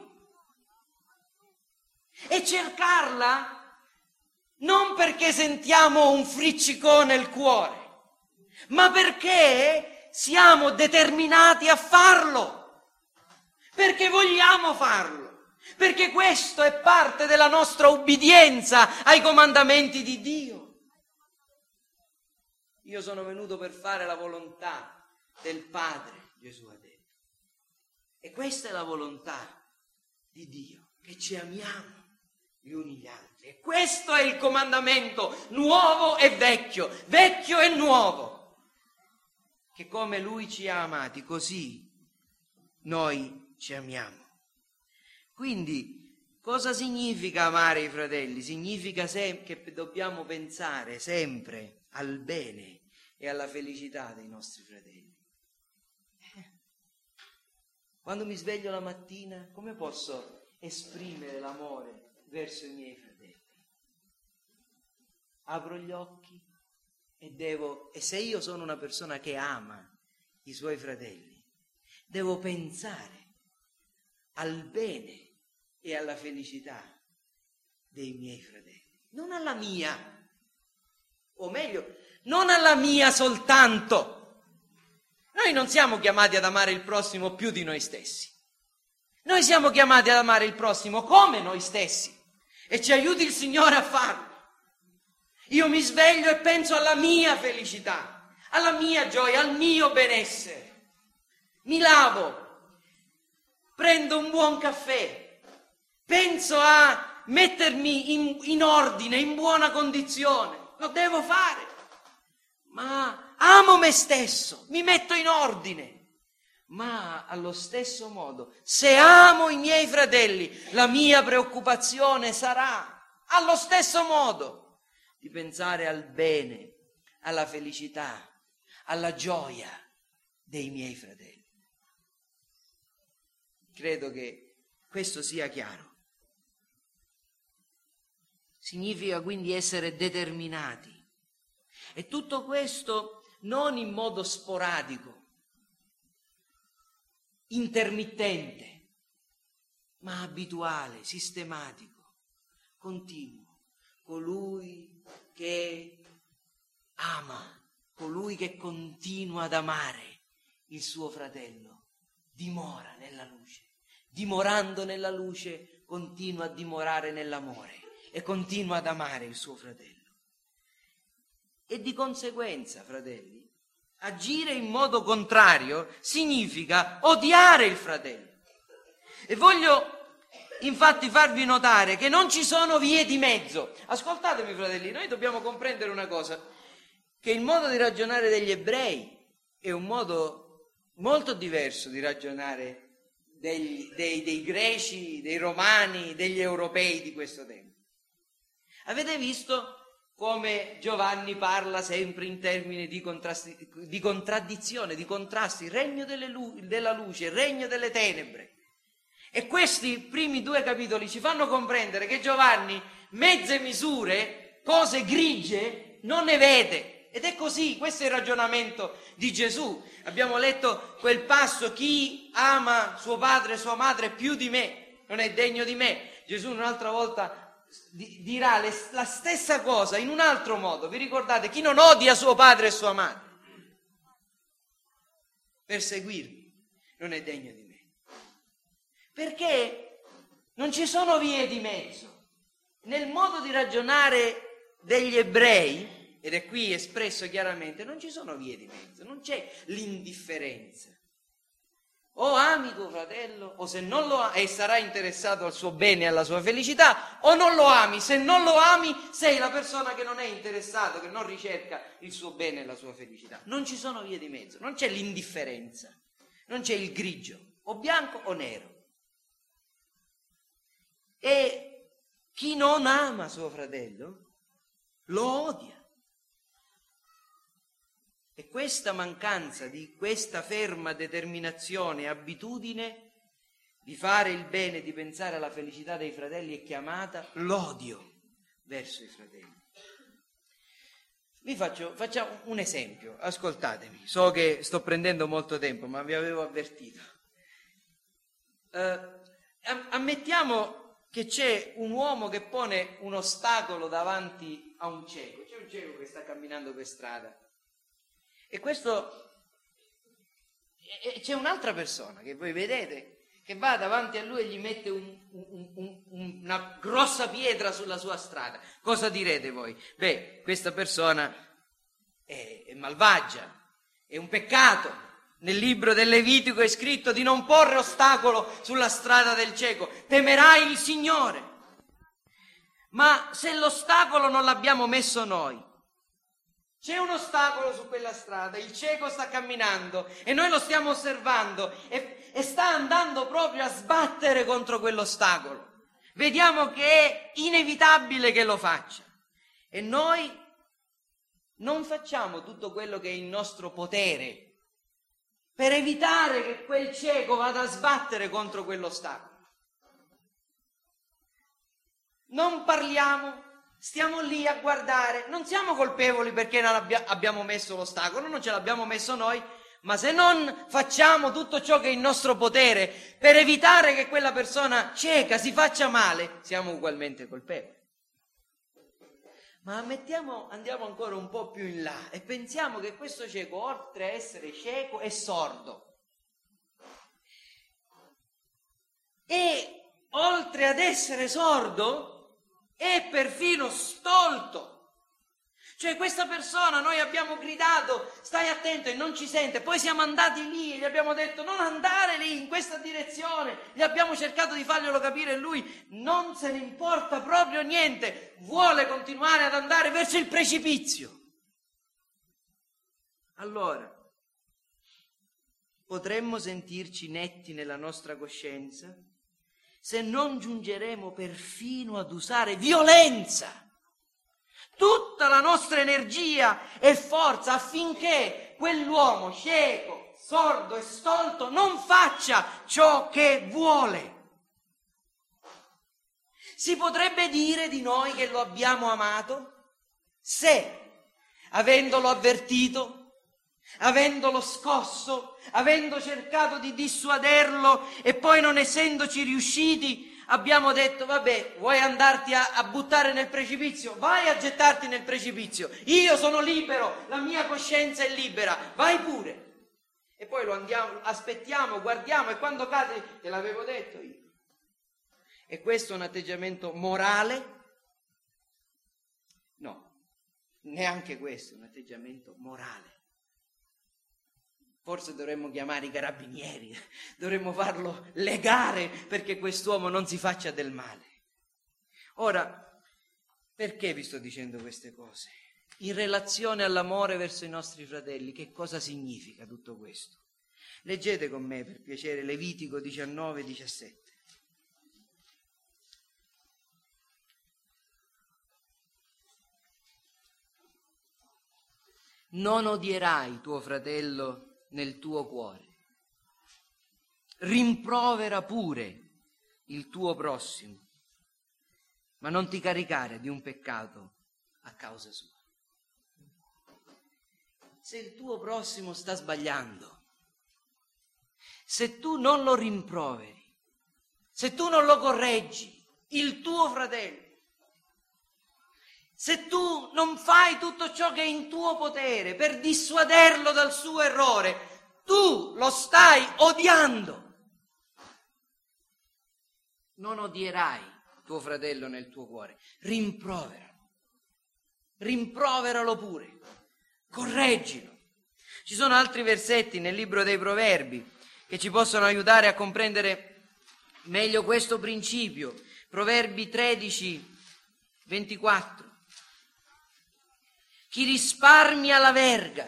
E cercarla non perché sentiamo un friccico nel cuore, ma perché siamo determinati a farlo, perché vogliamo farlo, perché questo è parte della nostra ubbidienza ai comandamenti di Dio. Io sono venuto per fare la volontà del Padre, Gesù ha detto. E questa è la volontà di Dio, che ci amiamo gli uni gli altri. E questo è il comandamento nuovo e vecchio e nuovo, che come Lui ci ha amati, così noi ci amiamo. Quindi cosa significa amare i fratelli? Significa che dobbiamo pensare sempre al bene e alla felicità dei nostri fratelli. Quando mi sveglio la mattina, come posso esprimere l'amore verso i miei fratelli? Apro gli occhi e se io sono una persona che ama i suoi fratelli, devo pensare al bene e alla felicità dei miei fratelli, non alla mia, o meglio, non alla mia soltanto. Noi non siamo chiamati ad amare il prossimo più di noi stessi. Noi siamo chiamati ad amare il prossimo come noi stessi, e ci aiuti il Signore a farlo. Io mi sveglio e penso alla mia felicità, alla mia gioia, al mio benessere. Mi lavo, prendo un buon caffè, penso a mettermi in ordine, in buona condizione. Lo devo fare, ma amo me stesso, mi metto in ordine. Ma allo stesso modo, se amo i miei fratelli, la mia preoccupazione sarà, allo stesso modo, di pensare al bene, alla felicità, alla gioia dei miei fratelli. Credo che questo sia chiaro. Significa quindi essere determinati. E tutto questo non in modo sporadico, intermittente, ma abituale, sistematico, continuo. Colui che ama, colui che continua ad amare il suo fratello, dimora nella luce. Dimorando nella luce, continua a dimorare nell'amore e continua ad amare il suo fratello. E di conseguenza, fratelli, agire in modo contrario significa odiare il fratello. E voglio infatti farvi notare che non ci sono vie di mezzo. Ascoltatemi, fratelli, noi dobbiamo comprendere una cosa, che il modo di ragionare degli ebrei è un modo molto diverso di ragionare dei greci, dei romani, degli europei di questo tempo. Avete visto come Giovanni parla sempre in termini di contraddizione, di contrasti, regno della luce, regno delle tenebre. E questi primi 2 capitoli ci fanno comprendere che Giovanni mezze misure, cose grigie, non ne vede. Ed è così, questo è il ragionamento di Gesù. Abbiamo letto quel passo: chi ama suo padre e sua madre più di me non è degno di me. Gesù un'altra volta dirà la stessa cosa in un altro modo. Vi ricordate? Chi non odia suo padre e sua madre per seguirmi non è degno di me. Perché non ci sono vie di mezzo. Nel modo di ragionare degli ebrei, ed è qui espresso chiaramente, non ci sono vie di mezzo, non c'è l'indifferenza. O ami tuo fratello, o se non lo ami, e sarai interessato al suo bene e alla sua felicità, o non lo ami. Se non lo ami, sei la persona che non è interessato, che non ricerca il suo bene e la sua felicità. Non ci sono vie di mezzo, non c'è l'indifferenza, non c'è il grigio, o bianco o nero. E chi non ama suo fratello lo odia. E questa mancanza di questa ferma determinazione e abitudine di fare il bene, di pensare alla felicità dei fratelli è chiamata l'odio verso i fratelli. Facciamo un esempio, ascoltatemi, so che sto prendendo molto tempo, ma vi avevo avvertito. Ammettiamo che c'è un uomo che pone un ostacolo davanti a un cieco. C'è un cieco che sta camminando per strada. E c'è un'altra persona che voi vedete che va davanti a lui e gli mette una grossa pietra sulla sua strada. Cosa direte voi? Beh, questa persona è malvagia, è un peccato. Nel libro del Levitico è scritto di non porre ostacolo sulla strada del cieco, temerai il Signore. Ma se l'ostacolo non l'abbiamo messo noi, c'è un ostacolo su quella strada, il cieco sta camminando e noi lo stiamo osservando e sta andando proprio a sbattere contro quell'ostacolo. Vediamo che è inevitabile che lo faccia e noi non facciamo tutto quello che è in nostro potere per evitare che quel cieco vada a sbattere contro quell'ostacolo. Non parliamo. Stiamo lì a guardare, non siamo colpevoli perché non abbiamo messo l'ostacolo, non ce l'abbiamo messo noi, ma se non facciamo tutto ciò che è in nostro potere per evitare che quella persona cieca si faccia male, siamo ugualmente colpevoli. Ma andiamo ancora un po' più in là e pensiamo che questo cieco, oltre a essere cieco, è sordo. E oltre ad essere sordo, è perfino stolto. Cioè questa persona, noi abbiamo gridato stai attento e non ci sente, poi siamo andati lì e gli abbiamo detto non andare lì in questa direzione, gli abbiamo cercato di farglielo capire e lui non se ne importa proprio niente, vuole continuare ad andare verso il precipizio. Allora potremmo sentirci netti nella nostra coscienza se non giungeremo perfino ad usare violenza, tutta la nostra energia e forza affinché quell'uomo cieco, sordo e stolto non faccia ciò che vuole. Si potrebbe dire di noi che lo abbiamo amato se, avendolo avvertito, avendolo scosso, avendo cercato di dissuaderlo e poi non essendoci riusciti, abbiamo detto: vabbè, vuoi andarti a buttare nel precipizio? Vai a gettarti nel precipizio, io sono libero, la mia coscienza è libera, vai pure. E poi lo andiamo, aspettiamo, guardiamo, e quando cade, te l'avevo detto io. E questo è un atteggiamento morale? No, neanche questo è un atteggiamento morale. Forse dovremmo chiamare i carabinieri, dovremmo farlo legare perché quest'uomo non si faccia del male. Ora, perché vi sto dicendo queste cose? In relazione all'amore verso i nostri fratelli, che cosa significa tutto questo? Leggete con me, per piacere, Levitico 19:17. Non odierai tuo fratello nel tuo cuore. Rimprovera pure il tuo prossimo, ma non ti caricare di un peccato a causa sua. Se il tuo prossimo sta sbagliando, se tu non lo rimproveri, se tu non lo correggi, il tuo fratello, se tu non fai tutto ciò che è in tuo potere per dissuaderlo dal suo errore, tu lo stai odiando. Non odierai tuo fratello nel tuo cuore, rimproveralo pure, correggilo. Ci sono altri versetti nel libro dei Proverbi che ci possono aiutare a comprendere meglio questo principio. Proverbi 13:24. Chi risparmia la verga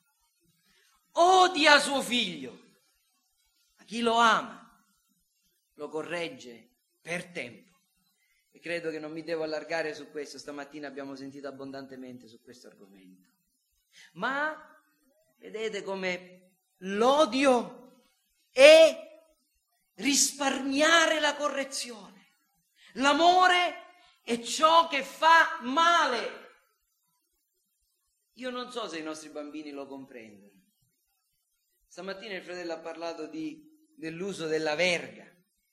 odia suo figlio, ma chi lo ama lo corregge per tempo. E credo che non mi devo allargare su questo, stamattina abbiamo sentito abbondantemente su questo argomento. Ma vedete come l'odio è risparmiare la correzione. L'amore è ciò che fa male. Io non so se i nostri bambini lo comprendono. Stamattina il fratello ha parlato dell'uso della verga.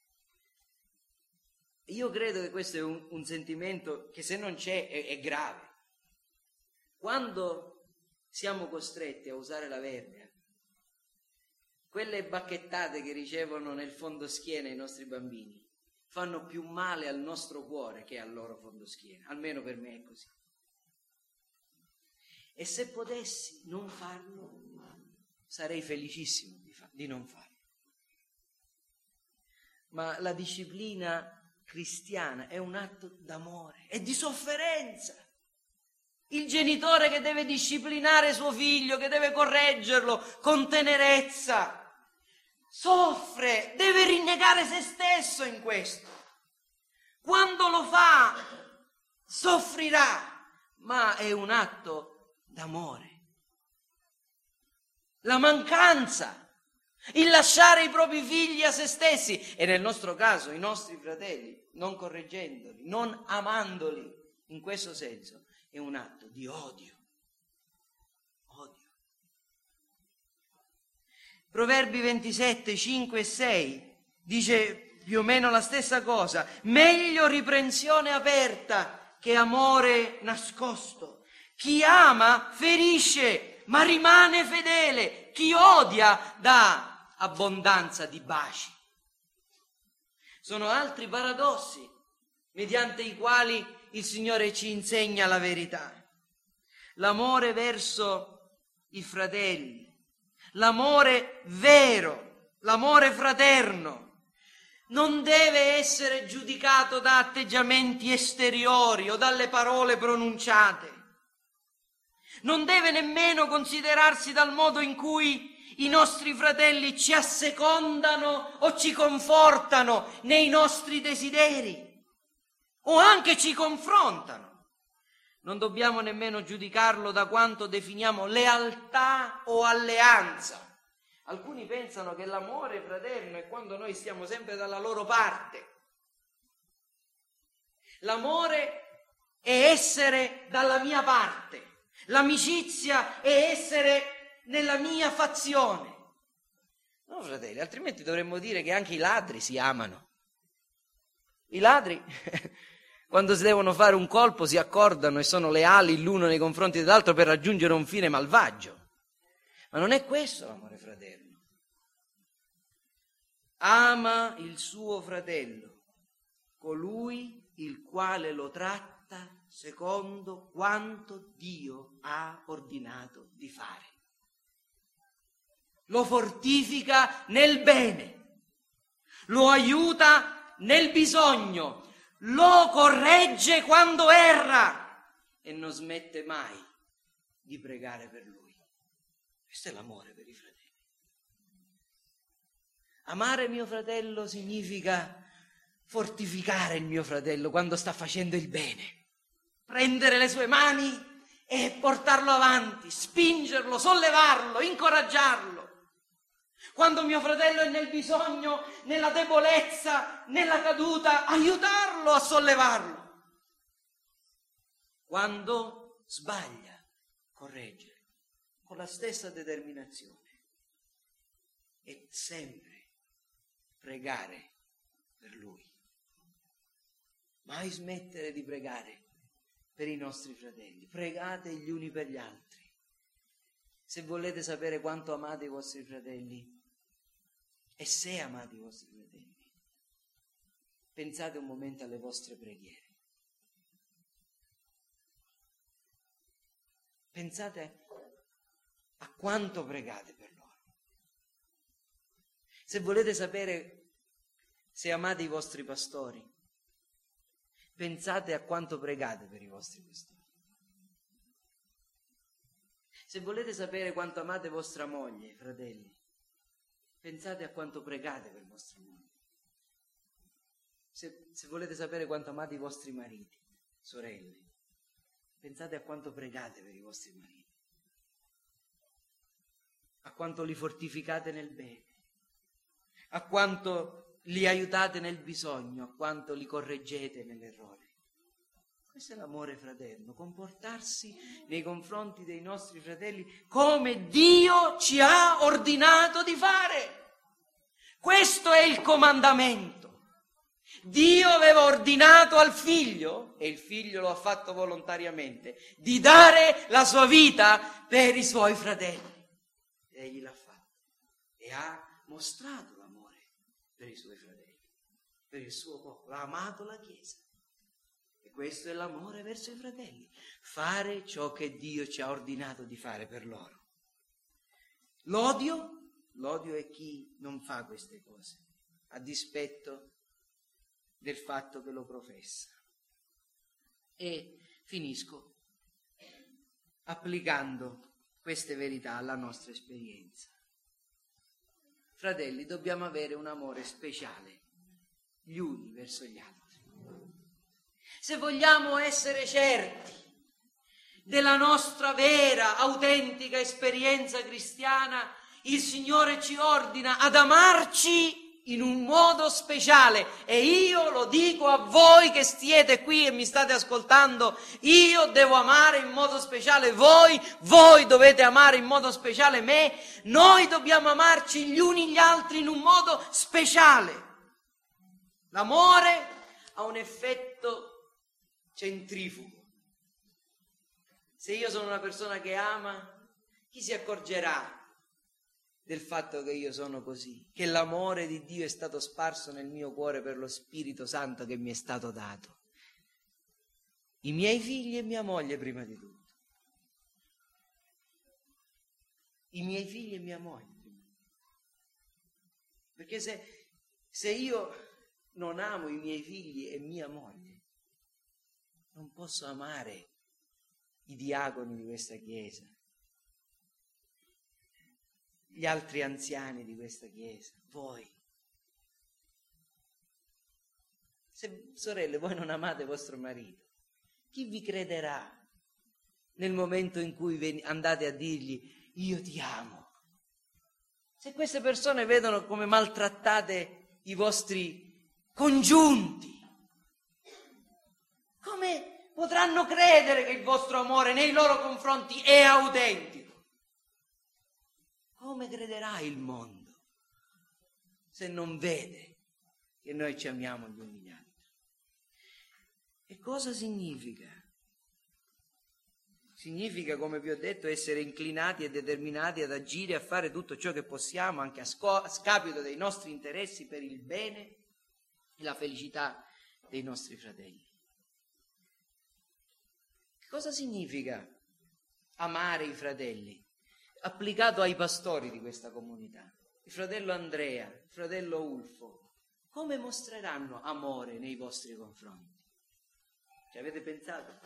Io credo che questo è un sentimento che, se non c'è, è grave. Quando siamo costretti a usare la verga, quelle bacchettate che ricevono nel fondoschiena i nostri bambini fanno più male al nostro cuore che al loro fondoschiena. Almeno per me è così. E se potessi non farlo, sarei felicissimo di non farlo. Ma la disciplina cristiana è un atto d'amore e di sofferenza. Il genitore che deve disciplinare suo figlio, che deve correggerlo con tenerezza, soffre, deve rinnegare se stesso in questo. Quando lo fa, soffrirà, ma è un atto d'amore. La mancanza, il lasciare i propri figli a se stessi, e nel nostro caso i nostri fratelli, non correggendoli, non amandoli, in questo senso è un atto di odio. Proverbi 27, 5 e 6 dice più o meno la stessa cosa: meglio riprensione aperta che amore nascosto. Chi ama ferisce, ma rimane fedele. Chi odia dà abbondanza di baci. Sono altri paradossi mediante i quali il Signore ci insegna la verità. L'amore verso i fratelli, l'amore vero, l'amore fraterno, non deve essere giudicato da atteggiamenti esteriori o dalle parole pronunciate. Non deve nemmeno considerarsi dal modo in cui i nostri fratelli ci assecondano o ci confortano nei nostri desideri o anche ci confrontano. Non dobbiamo nemmeno giudicarlo da quanto definiamo lealtà o alleanza. Alcuni pensano che l'amore fraterno è quando noi stiamo sempre dalla loro parte. L'amore è essere dalla mia parte. L'amicizia è essere nella mia fazione. No, fratelli, altrimenti dovremmo dire che anche i ladri si amano. I ladri, quando si devono fare un colpo, si accordano e sono leali l'uno nei confronti dell'altro per raggiungere un fine malvagio. Ma non è questo l'amore fraterno. Ama il suo fratello, colui il quale lo tratta secondo quanto Dio ha ordinato di fare. Lo fortifica nel bene, lo aiuta nel bisogno, lo corregge quando erra e non smette mai di pregare per lui. Questo è l'amore per i fratelli. Amare mio fratello significa fortificare il mio fratello quando sta facendo il bene, prendere le sue mani e portarlo avanti, spingerlo, sollevarlo, incoraggiarlo. Quando mio fratello è nel bisogno, nella debolezza, nella caduta, aiutarlo a sollevarlo. Quando sbaglia, correggerlo con la stessa determinazione e sempre pregare per lui. Mai smettere di pregare per i nostri fratelli. Pregate gli uni per gli altri. Se volete sapere quanto amate i vostri fratelli e se amate i vostri fratelli, pensate un momento alle vostre preghiere. Pensate a quanto pregate per loro. Se volete sapere se amate i vostri pastori, pensate a quanto pregate per i vostri pastori. Se volete sapere quanto amate vostra moglie, fratelli, pensate a quanto pregate per vostra moglie. Se volete sapere quanto amate i vostri mariti, sorelle, pensate a quanto pregate per i vostri mariti, a quanto li fortificate nel bene, a quanto li aiutate nel bisogno, a quanto li correggete nell'errore. Questo è l'amore fraterno, comportarsi nei confronti dei nostri fratelli come Dio ci ha ordinato di fare. Questo è il comandamento. Dio aveva ordinato al figlio, e il figlio lo ha fatto volontariamente, di dare la sua vita per i suoi fratelli. E egli l'ha fatto e ha mostrato l'amore per i suoi fratelli, per il suo popolo, ha amato la Chiesa. Questo è l'amore verso i fratelli, fare ciò che Dio ci ha ordinato di fare per loro. L'odio è chi non fa queste cose, a dispetto del fatto che lo professa. E finisco applicando queste verità alla nostra esperienza. Fratelli, dobbiamo avere un amore speciale gli uni verso gli altri. Se vogliamo essere certi della nostra vera, autentica esperienza cristiana, il Signore ci ordina ad amarci in un modo speciale. E io lo dico a voi che siete qui e mi state ascoltando, io devo amare in modo speciale voi dovete amare in modo speciale me, noi dobbiamo amarci gli uni gli altri in un modo speciale. L'amore ha un effetto centrifugo. Se io sono una persona che ama, chi si accorgerà del fatto che io sono così? Che l'amore di Dio è stato sparso nel mio cuore per lo Spirito Santo che mi è stato dato. I miei figli e mia moglie prima di tutto. I miei figli e mia moglie. Perché se io non amo i miei figli e mia moglie, non posso amare i diaconi di questa chiesa, gli altri anziani di questa chiesa, voi. Se, sorelle, voi non amate vostro marito, chi vi crederà nel momento in cui andate a dirgli io ti amo? Se queste persone vedono come maltrattate i vostri congiunti, come potranno credere che il vostro amore nei loro confronti è autentico? come crederà il mondo se non vede che noi ci amiamo gli uni gli altri? E cosa significa? Significa, come vi ho detto, essere inclinati e determinati ad agire e a fare tutto ciò che possiamo, anche a scapito dei nostri interessi, per il bene e la felicità dei nostri fratelli. Che cosa significa amare i fratelli? Applicato ai pastori di questa comunità, il fratello Andrea, il fratello Ulfo, come mostreranno amore nei vostri confronti? Ci avete pensato?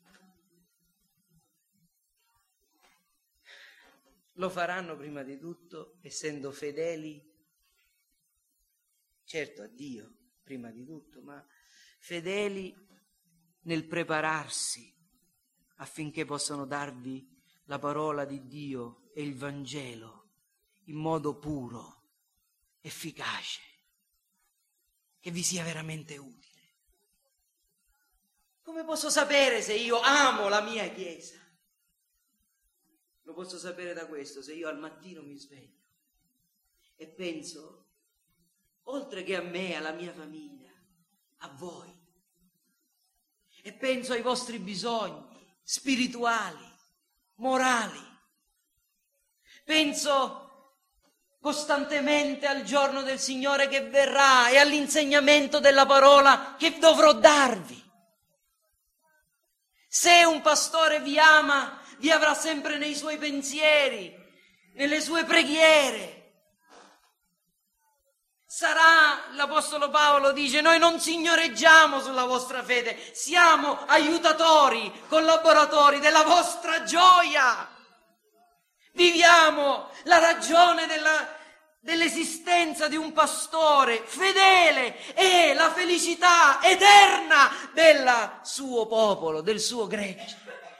Lo faranno prima di tutto essendo fedeli, certo a Dio prima di tutto, ma fedeli nel prepararsi affinché possano darvi la parola di Dio e il Vangelo in modo puro, efficace, che vi sia veramente utile. Come posso sapere se io amo la mia Chiesa? Lo posso sapere da questo: se io al mattino mi sveglio e penso, oltre che a me, alla mia famiglia, a voi, e penso ai vostri bisogni spirituali, morali, penso costantemente al giorno del Signore che verrà e all'insegnamento della parola che dovrò darvi. Se un pastore vi ama, vi avrà sempre nei suoi pensieri, nelle sue preghiere. Sarà, l'Apostolo Paolo dice, noi non signoreggiamo sulla vostra fede, siamo aiutatori, collaboratori della vostra gioia. Viviamo la ragione dell'esistenza di un pastore fedele e la felicità eterna del suo popolo, del suo gregge.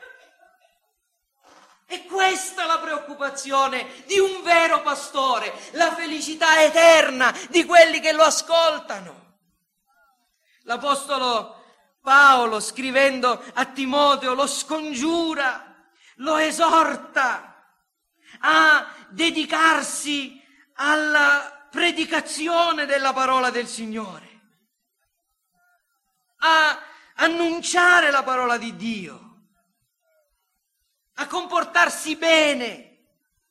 E questa è la preoccupazione di un vero pastore, la felicità eterna di quelli che lo ascoltano. L'Apostolo Paolo, scrivendo a Timoteo, lo scongiura, lo esorta a dedicarsi alla predicazione della parola del Signore, a annunciare la parola di Dio, a comportarsi bene,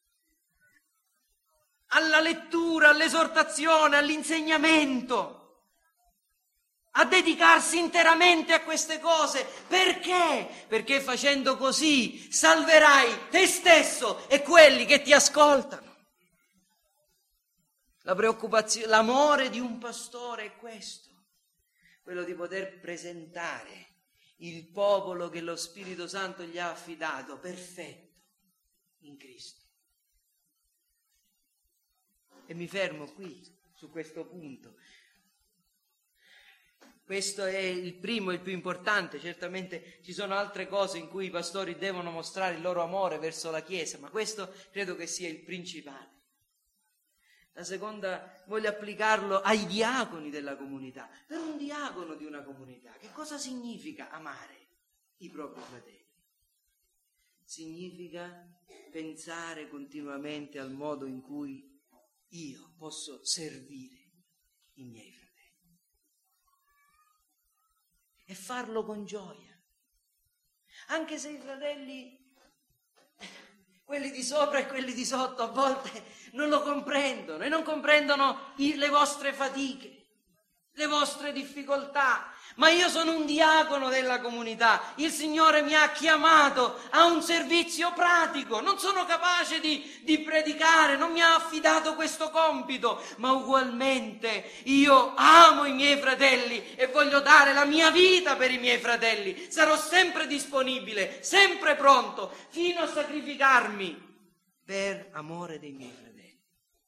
alla lettura, all'esortazione, all'insegnamento, a dedicarsi interamente a queste cose. Perché? Perché facendo così salverai te stesso e quelli che ti ascoltano. La preoccupazione, l'amore di un pastore è questo, quello di poter presentare il popolo che lo Spirito Santo gli ha affidato, perfetto, in Cristo. E mi fermo qui, su questo punto. Questo è il primo, il più importante. Certamente ci sono altre cose in cui i pastori devono mostrare il loro amore verso la Chiesa, ma questo credo che sia il principale. La seconda, voglio applicarlo ai diaconi della comunità. Per un diacono di una comunità, che cosa significa amare i propri fratelli? Significa pensare continuamente al modo in cui io posso servire i miei fratelli e farlo con gioia, anche se i fratelli, quelli di sopra e quelli di sotto, a volte non lo comprendono e non comprendono le vostre fatiche, le vostre difficoltà. Ma io sono un diacono della comunità, il Signore mi ha chiamato a un servizio pratico, non sono capace di predicare, non mi ha affidato questo compito, ma ugualmente io amo i miei fratelli e voglio dare la mia vita per i miei fratelli, sarò sempre disponibile, sempre pronto, fino a sacrificarmi per amore dei miei fratelli.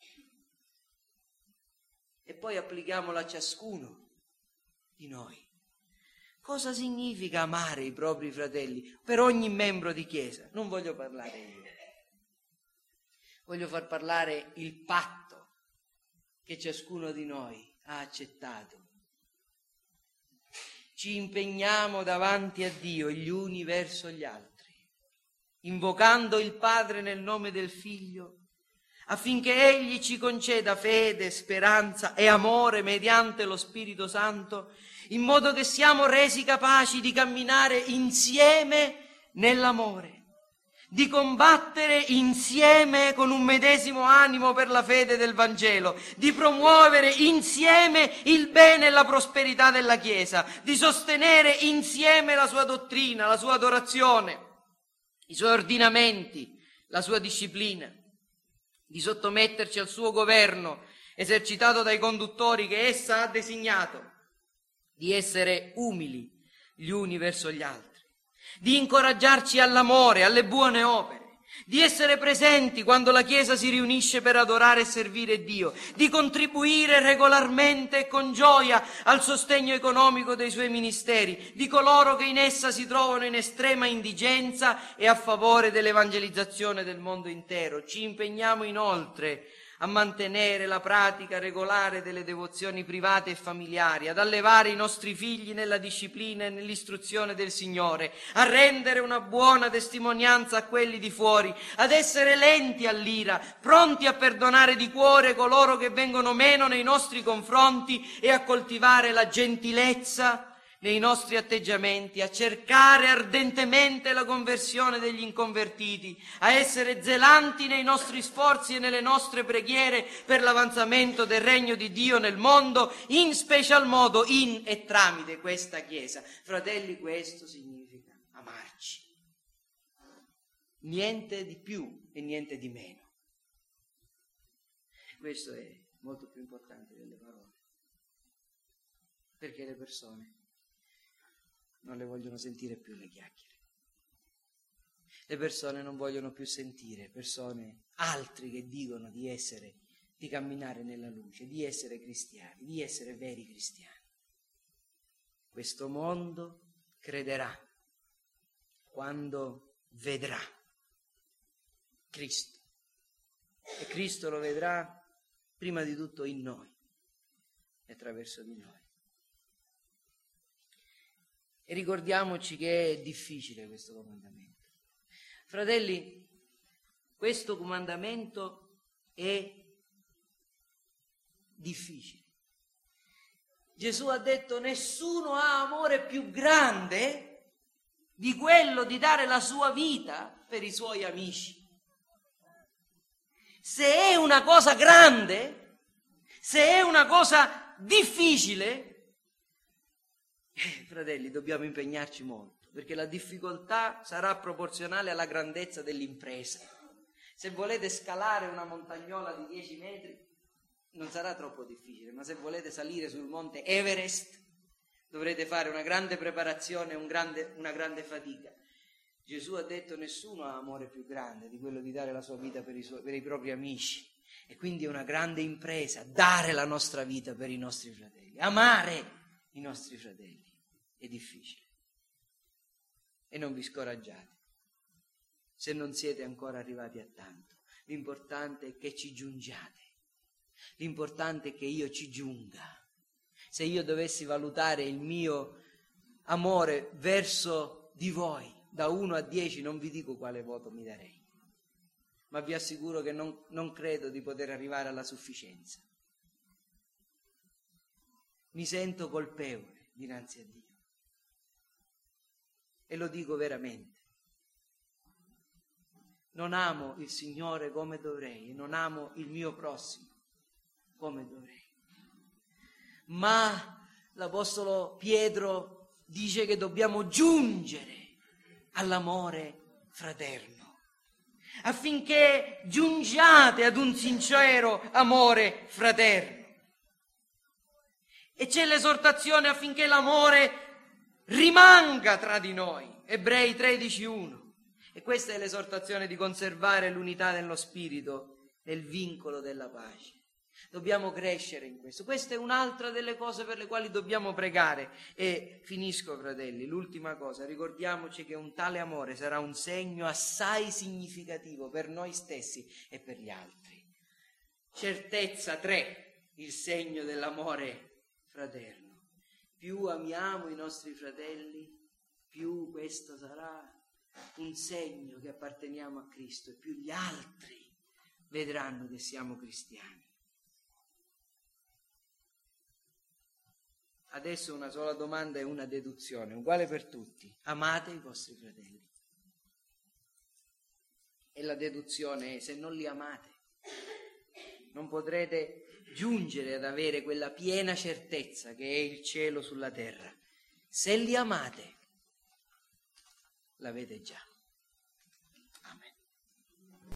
E poi applichiamola a ciascuno di noi. Cosa significa amare i propri fratelli? Per ogni membro di Chiesa. Non voglio parlare io. Voglio far parlare il patto che ciascuno di noi ha accettato. Ci impegniamo davanti a Dio gli uni verso gli altri, invocando il Padre nel nome del Figlio, affinché Egli ci conceda fede, speranza e amore mediante lo Spirito Santo, in modo che siamo resi capaci di camminare insieme nell'amore, di combattere insieme con un medesimo animo per la fede del Vangelo, di promuovere insieme il bene e la prosperità della Chiesa, di sostenere insieme la sua dottrina, la sua adorazione, i suoi ordinamenti, la sua disciplina, di sottometterci al suo governo esercitato dai conduttori che essa ha designato, di essere umili gli uni verso gli altri, di incoraggiarci all'amore, alle buone opere, di essere presenti quando la Chiesa si riunisce per adorare e servire Dio, di contribuire regolarmente e con gioia al sostegno economico dei suoi ministeri, di coloro che in essa si trovano in estrema indigenza e a favore dell'evangelizzazione del mondo intero. Ci impegniamo inoltre a mantenere la pratica regolare delle devozioni private e familiari, ad allevare i nostri figli nella disciplina e nell'istruzione del Signore, a rendere una buona testimonianza a quelli di fuori, ad essere lenti all'ira, pronti a perdonare di cuore coloro che vengono meno nei nostri confronti e a coltivare la gentilezza nei nostri atteggiamenti, a cercare ardentemente la conversione degli inconvertiti, a essere zelanti nei nostri sforzi e nelle nostre preghiere per l'avanzamento del regno di Dio nel mondo, in special modo in e tramite questa Chiesa. Fratelli, questo significa amarci. Niente di più e niente di meno. Questo è molto più importante delle parole, perché le persone non le vogliono sentire più le chiacchiere. Le persone non vogliono più sentire altri che dicono di camminare nella luce, di essere cristiani, di essere veri cristiani. Questo mondo crederà quando vedrà Cristo. E Cristo lo vedrà prima di tutto in noi e attraverso di noi. E ricordiamoci che è difficile questo comandamento. Fratelli, questo comandamento è difficile. Gesù ha detto: nessuno ha amore più grande di quello di dare la sua vita per i suoi amici. Se è una cosa grande, se è una cosa difficile, fratelli, dobbiamo impegnarci molto, perché la difficoltà sarà proporzionale alla grandezza dell'impresa. Se volete scalare una montagnola di 10 metri non sarà troppo difficile, ma se volete salire sul monte Everest dovrete fare una grande preparazione, una grande fatica. Gesù ha detto: nessuno ha amore più grande di quello di dare la sua vita per i propri amici, e quindi è una grande impresa dare la nostra vita per i nostri fratelli, amare i nostri fratelli. È difficile, e non vi scoraggiate se non siete ancora arrivati a tanto. L'importante è che ci giungiate, l'importante è che io ci giunga. Se io dovessi valutare il mio amore verso di voi da 1 a 10, non vi dico quale voto mi darei, ma vi assicuro che non credo di poter arrivare alla sufficienza. Mi sento colpevole dinanzi a Dio, e lo dico veramente. Non amo il Signore come dovrei e non amo il mio prossimo come dovrei. Ma l'Apostolo Pietro dice che dobbiamo giungere all'amore fraterno, affinché giungiate ad un sincero amore fraterno. E c'è l'esortazione affinché l'amore rimanga tra di noi, Ebrei 13:1. E questa è l'esortazione di conservare l'unità dello spirito nel vincolo della pace. Dobbiamo crescere in questo. Questa è un'altra delle cose per le quali dobbiamo pregare. E finisco, fratelli, l'ultima cosa: ricordiamoci che un tale amore sarà un segno assai significativo per noi stessi e per gli altri. Certezza 3, il segno dell'amore fraterno. Più amiamo i nostri fratelli, più questo sarà un segno che apparteniamo a Cristo, e più gli altri vedranno che siamo cristiani. Adesso una sola domanda e una deduzione, uguale per tutti. Amate i vostri fratelli? E la deduzione è: se non li amate, non potrete giungere ad avere quella piena certezza che è il cielo sulla terra. Se li amate, l'avete già.